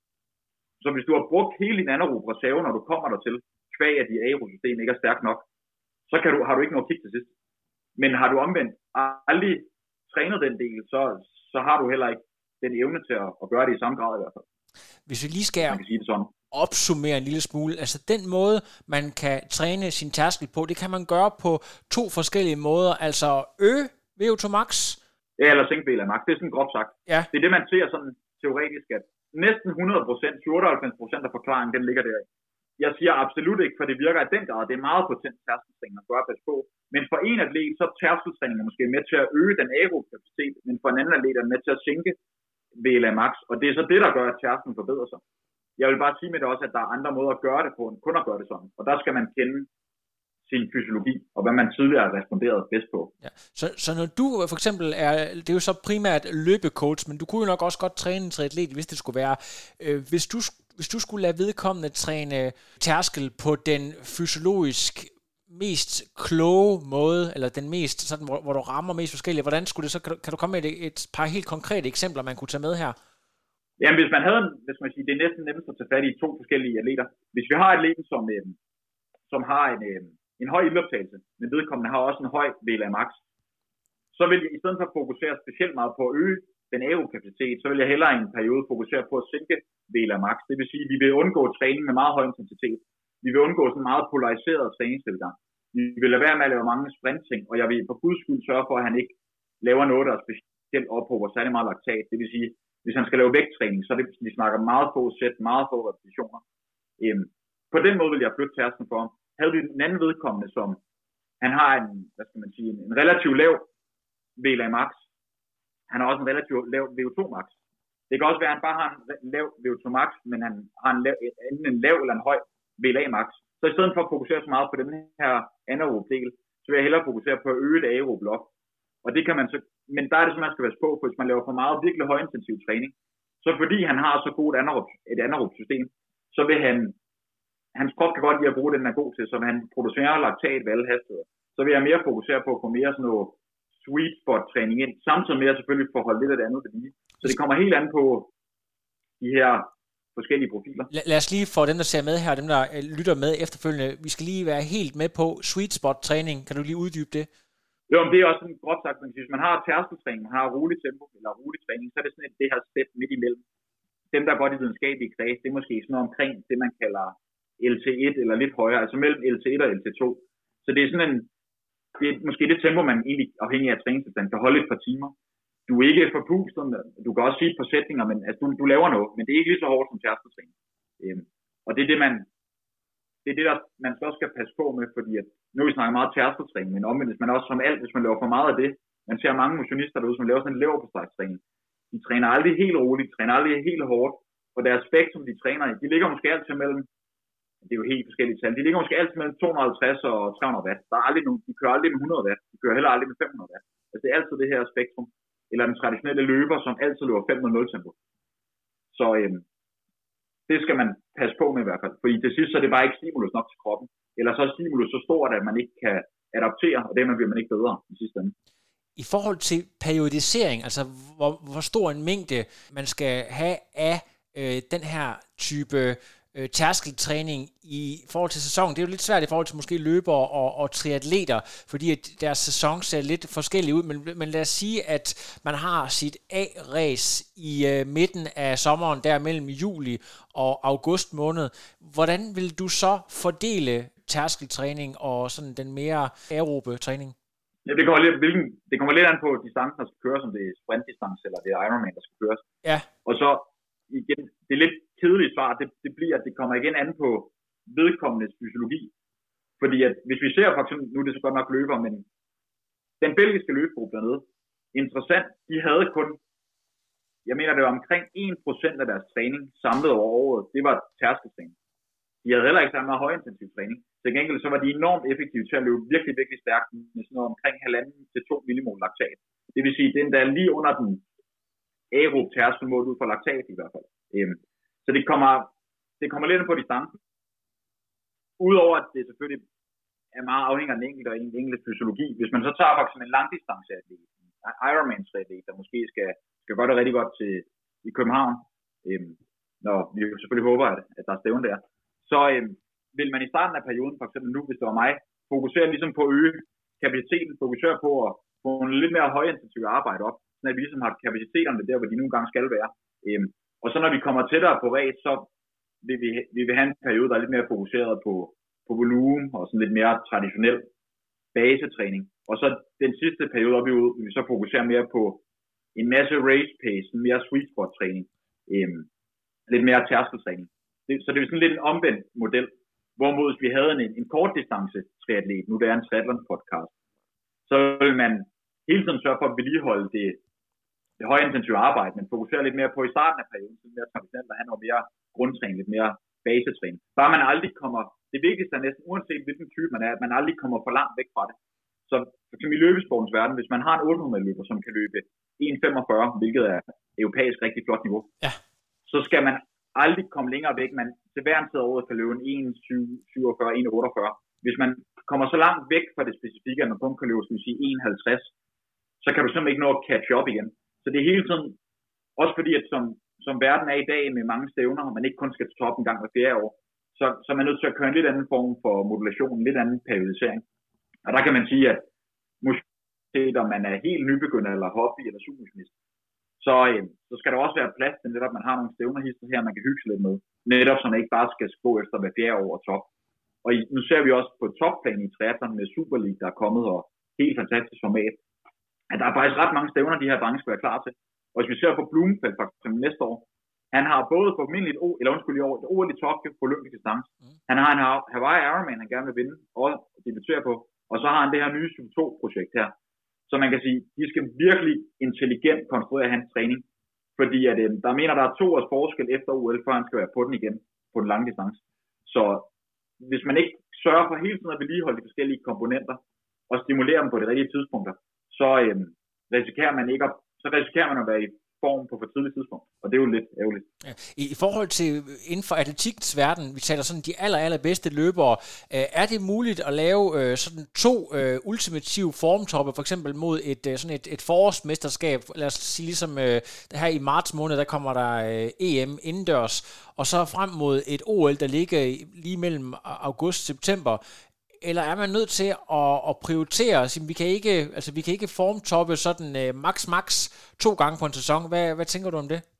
Så hvis du har brugt hele din anaerob reserve, når du kommer dertil, kvæg at dit aerosystem ikke er stærkt nok, så kan du, har du ikke noget kick til sidst. Men har du omvendt aldrig trænet den del, så, så har du heller ikke den evne til at, at gøre det i samme grad i hvert fald. Hvis vi lige skal sige opsummere en lille smule, altså den måde, man kan træne sin tærskel på, det kan man gøre på to forskellige måder, altså øge V O to max. Ja, eller sænke V L A max, det er sådan groft sagt. Ja. Det er det, man ser sådan teoretisk, at næsten hundrede procent, syvoghalvfems procent af forklaringen, den ligger der. Jeg siger absolut ikke, for det virker i den grad. Det er meget potent tærskeltræning, man bør passe på. Men for en atlet, så er tærskeltræning måske med til at øge den aerobe kapacitet, men for en anden atlet er med til at sænke V L A max. Og det er så det, der gør, at tærskelen forbedrer sig. Jeg vil bare sige med det også, at der er andre måder at gøre det på, end kun at gøre det sådan. Og der skal man kende sin fysiologi, og hvad man tidligere har responderet bedst på. Ja. Så, så når du for eksempel er, det er jo så primært løbecoach, men du kunne jo nok også godt træne en triatlet, hvis det skulle være. Øh, hvis, du, hvis du skulle lade vedkommende træne tærskel på den fysiologisk mest kloge måde, eller den mest, sådan, hvor, hvor du rammer mest forskellige, hvordan skulle det så, kan du, kan du komme med et, et par helt konkrete eksempler, man kunne tage med her? Jamen, hvis man havde, hvis man siger, det er næsten nemmest at tage fat i to forskellige atleter. Hvis vi har atleten, som, øh, som har en, øh, en høj ildoptagelse, men vedkommende har også en høj V L A max, så vil jeg i stedet for at fokusere specielt meget på at øge den aerobe kapacitet, så vil jeg hellere i en periode fokusere på at sænke V L A max. Det vil sige, at vi vil undgå træning med meget høj intensitet. Vi vil undgå sådan meget polariseret træningstilgang. Vi vil lade være med at lave mange sprintting, og jeg vil for guds skyld sørge for, at han ikke laver noget, der er specielt ophober særlig meget laktat. Det vil sige, hvis han skal lave vægttræning, så er det, vi snakker meget få sæt, meget få repetitioner. Øhm, på den måde vil jeg flytte tærsklen for ham. Havde vi en anden vedkommende, som han har en, hvad skal man sige, en relativt lav V L A max. Han har også en relativt lav V O to max. Det kan også være, at han bare har en lav V O to max, men han har en lav, enten en lav eller en høj V L A max. Så i stedet for at fokusere så meget på den her anaerob del, så vil jeg hellere fokusere på at øge det aerob op. Og det kan man så, men der er det, som man skal være på, for hvis man laver for meget virkelig højintensiv træning, så fordi han har så godt anaerob, et anaerob system, så vil han, hans krop kan godt lide at bruge det, den er god til, så vil han producere laktat ved alle hastigheder. Så vil jeg mere fokusere på at få mere sådan noget sweet spot træning ind, samtidig med at selvfølgelig få holdt lidt af det andet ved lige. Så det kommer helt an på de her forskellige profiler. Lad, lad os lige få dem, der ser med her, dem, der lytter med efterfølgende, vi skal lige være helt med på sweet spot træning. Kan du lige uddybe det? Jo, men det er også en groft sagt, hvis man har tærskeltræning, man har rolig tempo eller rolig træning, så er det sådan et, det her step midt imellem. Dem, der er godt i videnskabelige kreds, det er måske sådan noget omkring det, man kalder L T et eller lidt højere, altså mellem L T et og L T to. Så det er sådan en, det er måske det tempo, man egentlig afhængig af træningstilstand kan holde et par timer. Du er ikke forpustet, du kan også sige et par sætninger, men altså, du, du laver noget, men det er ikke lige så hårdt som tærskeltræning. Øhm, og det er det, man, det er det, der man så skal passe på med, fordi at nu vi snakker meget tærskeltræning, men omvendt, hvis man også som alt, hvis man laver for meget af det, man ser mange motionister derude, som laver sådan en leverpostejstræning. De træner aldrig helt roligt, de træner aldrig helt hårdt, og deres spektrum, de træner i, de ligger måske altid mellem, det er jo helt forskellige tal, de ligger måske altid mellem to hundrede og halvtreds og tre hundrede watt. Der er aldrig nogen, de kører aldrig med hundrede watt, de kører heller aldrig med fem hundrede watt. Altså det er altid det her spektrum, eller den traditionelle løber, som altid løber fem nul nul tempo. Så øhm, det skal man passe på med i hvert fald, fordi til sidst så er det bare ikke stimulus nok til kroppen, eller så er stimulus så stort, at man ikke kan adaptere, og dermed bliver man ikke bedre i sidste ende. I forhold til periodisering, altså hvor, hvor stor en mængde man skal have af øh, den her type øh, tærskeltræning i forhold til sæsonen. Det er jo lidt svært i forhold til måske løbere og, og triatleter, fordi at deres sæson ser lidt forskellig ud, men, men lad os sige, at man har sit A-race i øh, midten af sommeren, der mellem juli og august måned. Hvordan vil du så fordele tærskeltræning og sådan den mere aerobe træning? Ja, det kommer lidt, hvilken, det kommer lidt an på distancen, der skal køres, om det er sprintdistance eller det er Ironman, der skal køres. Ja. Og så igen, det er lidt kedeligt svar, det, det bliver, at det kommer igen an på vedkommendes fysiologi. Fordi at hvis vi ser for eksempel, nu er det så godt nok løber, men den belgiske løbegruppe dernede, interessant, de havde kun, jeg mener det var omkring en procent af deres træning samlet over året, det var tærskeltræning. De havde heller ikke så meget højintensiv træning. Til gengæld så var de enormt effektive til at løbe virkelig, virkelig stærkt med sådan noget omkring halvanden til to millimol laktat. Det vil sige, den der er lige under den aerob tærskelmål ud for laktat i hvert fald. Øhm, så det kommer, det kommer lidt på distancen. Udover at det selvfølgelig er meget afhængig af den enkelte og en enkelte fysiologi. Hvis man så tager for eksempel en langdistanceatlet, en Ironman-atlet, der måske skal, skal gøre det rigtig godt til, i København, øhm, når vi jo selvfølgelig håber, at, at der er stævn der, så øhm, vil man i starten af perioden, for eksempel nu, hvis det var mig, fokusere ligesom på at øge kapaciteten, fokusere på at få en lidt mere højintensiv arbejde op, så at vi ligesom har kapaciteterne der, hvor de nogle gange skal være. Øhm, og så når vi kommer tættere på race, så vil vi, vi vil have en periode, der er lidt mere fokuseret på, på volumen og sådan lidt mere traditionel basetræning. Og så den sidste periode op i ude, vil vi så fokusere mere på en masse race pace, en mere sweet spot træning, øhm, lidt mere tærskeltræning. Det, så det er sådan lidt en omvendt model. Hvorimod hvis vi havde en, en kort distance triatlet, nu det er en triathlon podcast, så vil man hele tiden sørge for at vedligeholde det, det højintensive arbejde, men fokusere lidt mere på i starten af perioden, lidt mere traditionelt, at have noget mere grundtræning, lidt mere basetræning. Bare man aldrig kommer, det vigtigste er næsten, uanset hvilken type man er, at man aldrig kommer for langt væk fra det. Så for eksempel i løbesportens verden, hvis man har en otte hundrede løber, som kan løbe en komma femogfyrre, hvilket er europæisk rigtig flot niveau, ja. Så skal man aldrig komme længere væk. Man til hver en tid af året kan løbe en en komma syvogfyrre, en komma otteogfyrre. Hvis man kommer så langt væk fra det specifikke, at man kun kan løbe, skal vi sige, en komma halvtreds, så kan du simpelthen ikke nå at catch up igen. Så det er hele tiden, også fordi at som, som verden er i dag med mange stævner, og man ikke kun skal toppe en gang hver fjerde år, så, så er man nødt til at køre en lidt anden form for modulation, en lidt anden periodisering. Og der kan man sige, at måske om man er helt nybegynder, eller hobby, eller supermotionist, så, øh, så skal der også være plads til netop, at man har nogle stævnerhister her, man kan hygge sig lidt med. Netop, så man ikke bare skal gå efter hver fjerde år og top. Og i, nu ser vi også på topplan i triathlon med Super League, der er kommet, og helt fantastisk format, at der er faktisk ret mange stævner, de her drenge skal være klar til. Og hvis vi ser på Blumenfeldt for eksempel næste år, han har både formentlig et, eller undskyld i år, et O L i Tokyo på olympisk distance. Mm. Han har en Hawaii Ironman, han gerne vil vinde og debutere på. Og så har han det her nye Super to-projekt her. Så man kan sige, de skal virkelig intelligent konstruere hans træning. Fordi at, øh, der mener, der er to års forskel efter O L, før han skal være på den igen på den lange distance. Så hvis man ikke sørger for hele tiden at vedligeholde de forskellige komponenter og stimulere dem på de rigtige tidspunkter, så øh, risikerer man ikke at, så risikerer man at være i form på for tidligt tidspunkt, og det er jo lidt ærgerligt. Ja, i, I forhold til inden for atletikkens verden, vi taler sådan de aller, aller bedste løbere, øh, er det muligt at lave øh, sådan to øh, ultimative formtoppe, for eksempel mod et øh, sådan et, et forårsmesterskab, lad os sige ligesom øh, her i marts måned, der kommer der øh, E M indendørs, og så frem mod et O L, der ligger lige mellem august og september. Eller er man nødt til at, at prioritere? Vi kan ikke, altså vi kan ikke formtoppe sådan uh, max max to gange på en sæson. Hvad, hvad tænker du om det?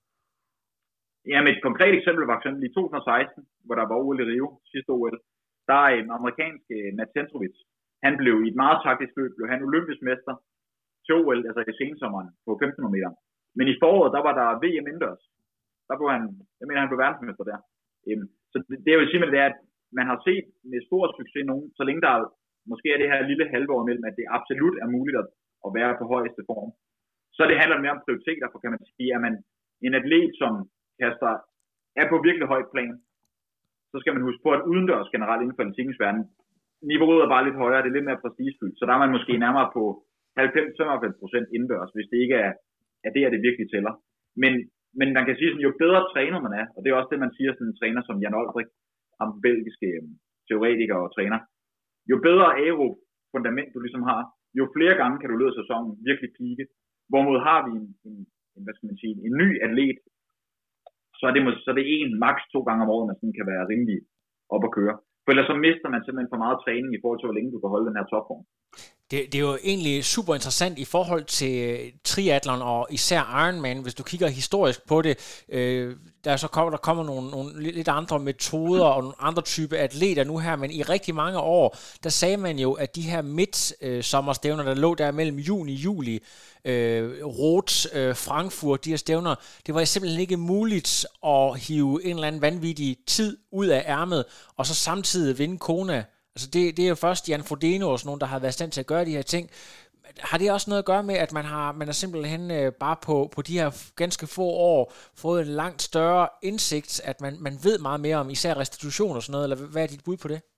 Jamen et konkret eksempel var eksempel i to tusind og seksten, hvor der var O L i Rio sidste O L. Der er en amerikansk Matt Centrovic. Han blev i et meget taktisk løb, blev han olympisk mester til O L, altså i sensommeren på femten hundrede meter. Men i foråret, der var der V M indendørs. Der blev han, jeg mener han blev verdensmester der. Så det, det er jo simpelthen det, at man har set med stor succes nogen, så længe der er, måske er det her lille halve år imellem, at det absolut er muligt at, at være på højeste form. Så det handler mere om prioriteter, for kan man sige, at man en atlet, som kaster, er på virkelig højt plan, så skal man huske på, at udendørs generelt inden for atletikkens verden, niveauet er bare lidt højere, det er lidt mere prestigefyldt, så der er man måske nærmere på halvfems til femoghalvfems procent indendørs, hvis det ikke er, er det, at det virkelig tæller. Men, men man kan sige, at jo bedre træner man er, og det er også det, man siger, sådan en træner som Jan Olrik, ham belgiske teoretiker og træner, jo bedre aerob fundament du ligesom har, jo flere gange kan du løbe sæsonen virkelig pike. Hvorimod har vi en, en, en, hvad skal man sige, en ny atlet, så er det, så er det en, maks to gange om året, man sådan kan være rimelig op at køre. For ellers så mister man simpelthen for meget træning i forhold til, hvor længe du kan holde den her topform. Det, det er jo egentlig super interessant i forhold til triathlon og især Ironman, hvis du kigger historisk på det. Øh, der så kommer der kommer nogle, nogle lidt andre metoder og nogle andre type atleter nu her, men i rigtig mange år, der sagde man jo, at de her midt-sommerstævner, der lå der mellem juni og juli, øh, Roth, øh, Frankfurt, de her stævner, det var simpelthen ikke muligt at hive en eller anden vanvittig tid ud af ærmet, og så samtidig vinde Kona. Altså det, det er jo først Jan Frodeno og sådan nogen, der har været i stand til at gøre de her ting. Har det også noget at gøre med, at man har man er simpelthen øh, bare på, på de her ganske få år fået en langt større indsigt, at man, man ved meget mere om især restitution og sådan noget, eller hvad er dit bud på det?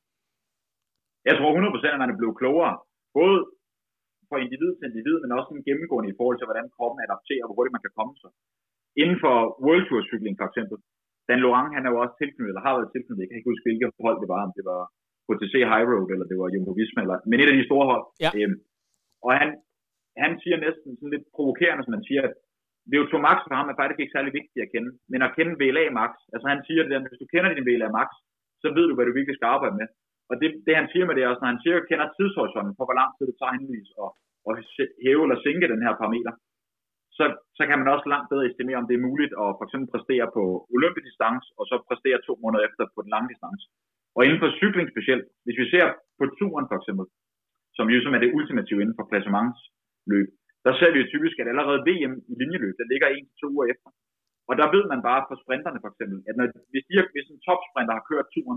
Jeg tror hundrede procent, at man er blevet klogere, både fra individ til individ, men også en gennemgående i forhold til, hvordan kroppen adapterer, og hvor hurtigt man kan komme sig. Inden for World Tour cykling for eksempel, Dan Laurent, han er jo også tilknyttet, eller har været tilknyttet, jeg kan ikke huske, hvilket hold det var, om det var H T C High Road, eller det var Jumbo Visma, eller, men et af de store hold. Ja. Øhm, og han, han siger næsten sådan lidt provokerende, som han siger, at V O to Max for ham er faktisk ikke særlig vigtigt at kende, men at kende V L A Max, altså han siger det der, hvis du kender din V L A Max, så ved du, hvad du virkelig skal arbejde med. Og det, det han siger med det er også, når han siger, at kender tidshorisonten for, hvor lang tid det tager henvis og, og hæve eller sænke den her parameter, så, så kan man også langt bedre estimere, om det er muligt at for eksempel præstere på olympisk distance, og så præstere to måneder efter på den lange distance. Og inden for cykling specielt, hvis vi ser på turen for eksempel, som jo som er det ultimative inden for klassementsløb, der ser vi jo typisk, at allerede V M i linjeløb, der ligger en til to uger efter. Og der ved man bare for sprinterne for eksempel, at når, hvis, de, hvis en topsprinter har kørt turen,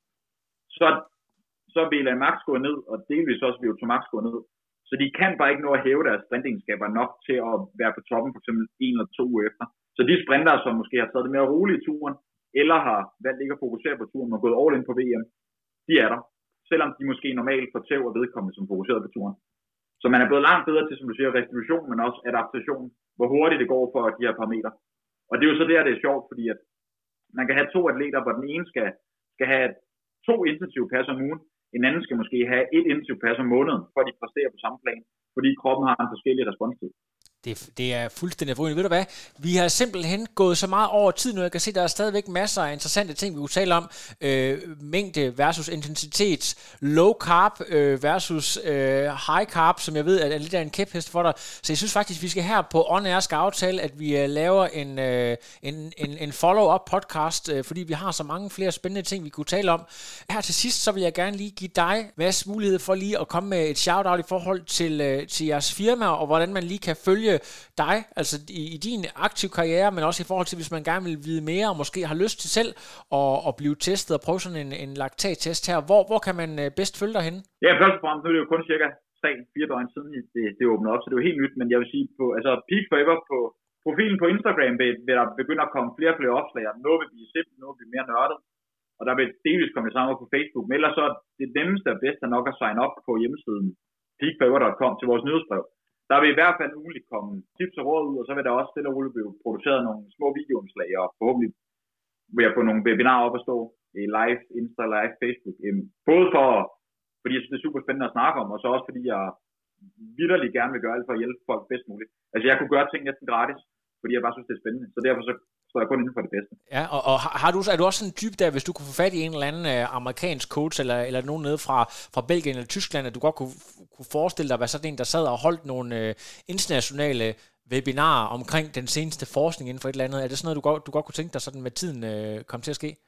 så, så er V L A Max gået ned, og delvis også V O to Max gået ned. Så de kan bare ikke nå at hæve deres sprintegenskaber nok til at være på toppen for eksempel en eller to uger efter. Så de sprintere, som måske har taget det mere roligt i turen, eller har valgt ikke at fokusere på turen og gået all in på V M, de er der. Selvom de måske normalt får tæv og vedkommende som fokuseret på turen. Så man er blevet langt bedre til, som du siger, restitution, men også adaptation, hvor hurtigt det går for de her parametre. Og det er jo så der, det er sjovt, fordi at man kan have to atleter, hvor den ene skal, skal have to intensive pas om ugen, en anden skal måske have et intensive pas om måneden, for at de præsterer på samme plan, fordi kroppen har en forskellig responstid. Det, det er fuldstændig forundeligt. Ved du hvad? Vi har simpelthen gået så meget over tid nu. Jeg kan se, der er stadigvæk masser af interessante ting, vi kunne tale om. Øh, mængde versus intensitet, low carb øh, versus øh, high carb, som jeg ved er lidt af en kæphest for dig. Så jeg synes faktisk, vi skal her på On Air skal aftale, at vi øh, laver en, øh, en, en, en follow-up podcast, øh, fordi vi har så mange flere spændende ting, vi kunne tale om. Her til sidst, så vil jeg gerne lige give dig Mads mulighed for lige at komme med et shout-out i forhold til, øh, til jeres firma, og hvordan man lige kan følge dig, altså i, i din aktive karriere, men også i forhold til, hvis man gerne vil vide mere, og måske har lyst til selv at, at blive testet og prøve sådan en, en laktattest her. Hvor, hvor kan man bedst følge dig henne? Ja, først og fremmest, nu er det jo kun cirka tre fire døgn siden, det, det åbner op, så det er jo helt nyt, men jeg vil sige, på, altså Peak Forever på profilen på Instagram vil, vil der begynde at komme flere og flere opslag, noget vil blive simpelt, noget vil blive mere nørdet, og der vil delvis komme det samme på Facebook, men ellers så er det nemmeste og bedste nok at sign op på hjemmesiden peak forever punktum com til vores nyhedsbrev. Der vil i hvert fald ugenligt komme tips og råd ud, og så vil der også stille og roligt blive produceret nogle små videoindslag, og forhåbentlig vil jeg få nogle webinarer op at stå i live, Insta, live, Facebook. Både for, fordi jeg synes, det er super spændende at snakke om, og så også fordi jeg vitterligt gerne vil gøre alt for at hjælpe folk bedst muligt. Altså jeg kunne gøre ting næsten gratis, fordi jeg bare synes, det er spændende. Så derfor så står jeg kun inden for det bedste. Ja, og, og har du, er du også sådan en type der, hvis du kunne få fat i en eller anden uh, amerikansk coach, eller, eller nogen nede fra, fra Belgien eller Tyskland, at du godt kunne, kunne forestille dig at være sådan en, der sad og holdt nogle uh, internationale webinarer omkring den seneste forskning inden for et eller andet? Er det sådan noget, du godt, du godt kunne tænke dig sådan med tiden uh, kom til at ske?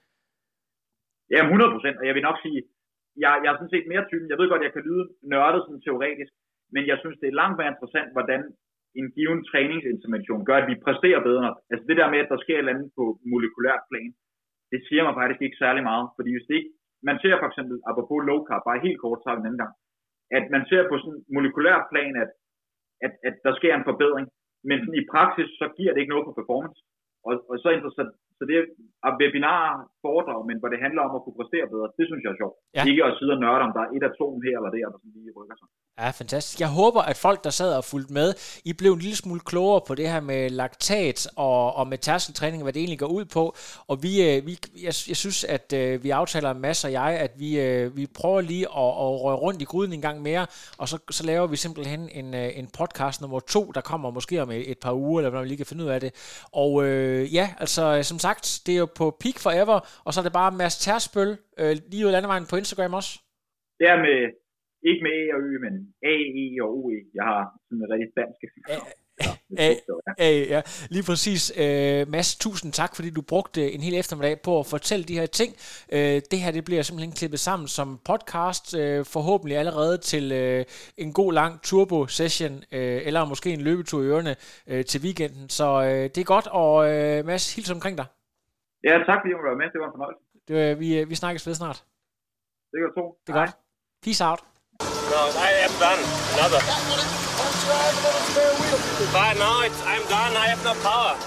Ja, hundrede procent, og jeg vil nok sige, jeg, jeg er sådan set mere typen, jeg ved godt, jeg kan lyde nørdet sådan teoretisk, men jeg synes, det er langt mere interessant, hvordan en given træningsintervention gør, at vi præsterer bedre. Altså det der med, at der sker et eller andet på molekylært plan, det siger mig faktisk ikke særlig meget, fordi hvis det ikke, man ser for eksempel, apropos low carb, bare helt kort, så en anden gang, at man ser på sådan en molekylært plan, at, at, at der sker en forbedring, men sådan i praksis, så giver det ikke noget på performance. Og, og så interessant, så det er webinarer, foredrag, men hvor det handler om at kunne præstere bedre, det synes jeg er sjovt. Ja. Ikke at sidde og nørde om, der er et atom her eller der, der sådan lige rykker sig. Ja, fantastisk. Jeg håber, at folk, der sad og fulgte med, I blev en lille smule klogere på det her med laktat og, og med tærskeltræning, hvad det egentlig går ud på. Og vi, vi jeg, jeg synes, at uh, vi aftaler en masse, og jeg, at vi, uh, vi prøver lige at, at røre rundt i gryden en gang mere, og så, så laver vi simpelthen en, uh, en podcast nummer to, der kommer måske om et, et par uger, eller når vi lige kan finde ud af det. Og uh, ja, altså som sagt, sagt, det er jo på Peak Forever, og så er det bare Mads Tersbøl, øh, lige ud af landevejen på Instagram også. Det er med, ikke med E og Ø, men A, E og O E. Jeg har sådan en rigtig dansk. Ja, ja, ja, lige præcis. Øh, Mads, tusind tak, fordi du brugte en hel eftermiddag på at fortælle de her ting. Øh, det her, det bliver simpelthen klippet sammen som podcast, øh, forhåbentlig allerede til øh, en god lang turbo-session, øh, eller måske en løbetur i ørerne øh, til weekenden. Så øh, det er godt, og øh, Mads, hils omkring dig. Ja, tak fordi du var med. Det var en fornøjelse. Det, øh, vi, vi snakkes ved snart. Det kan du tro. Det er godt. Peace out. No, I am done. Another. But no, it's, I'm done. I have no power.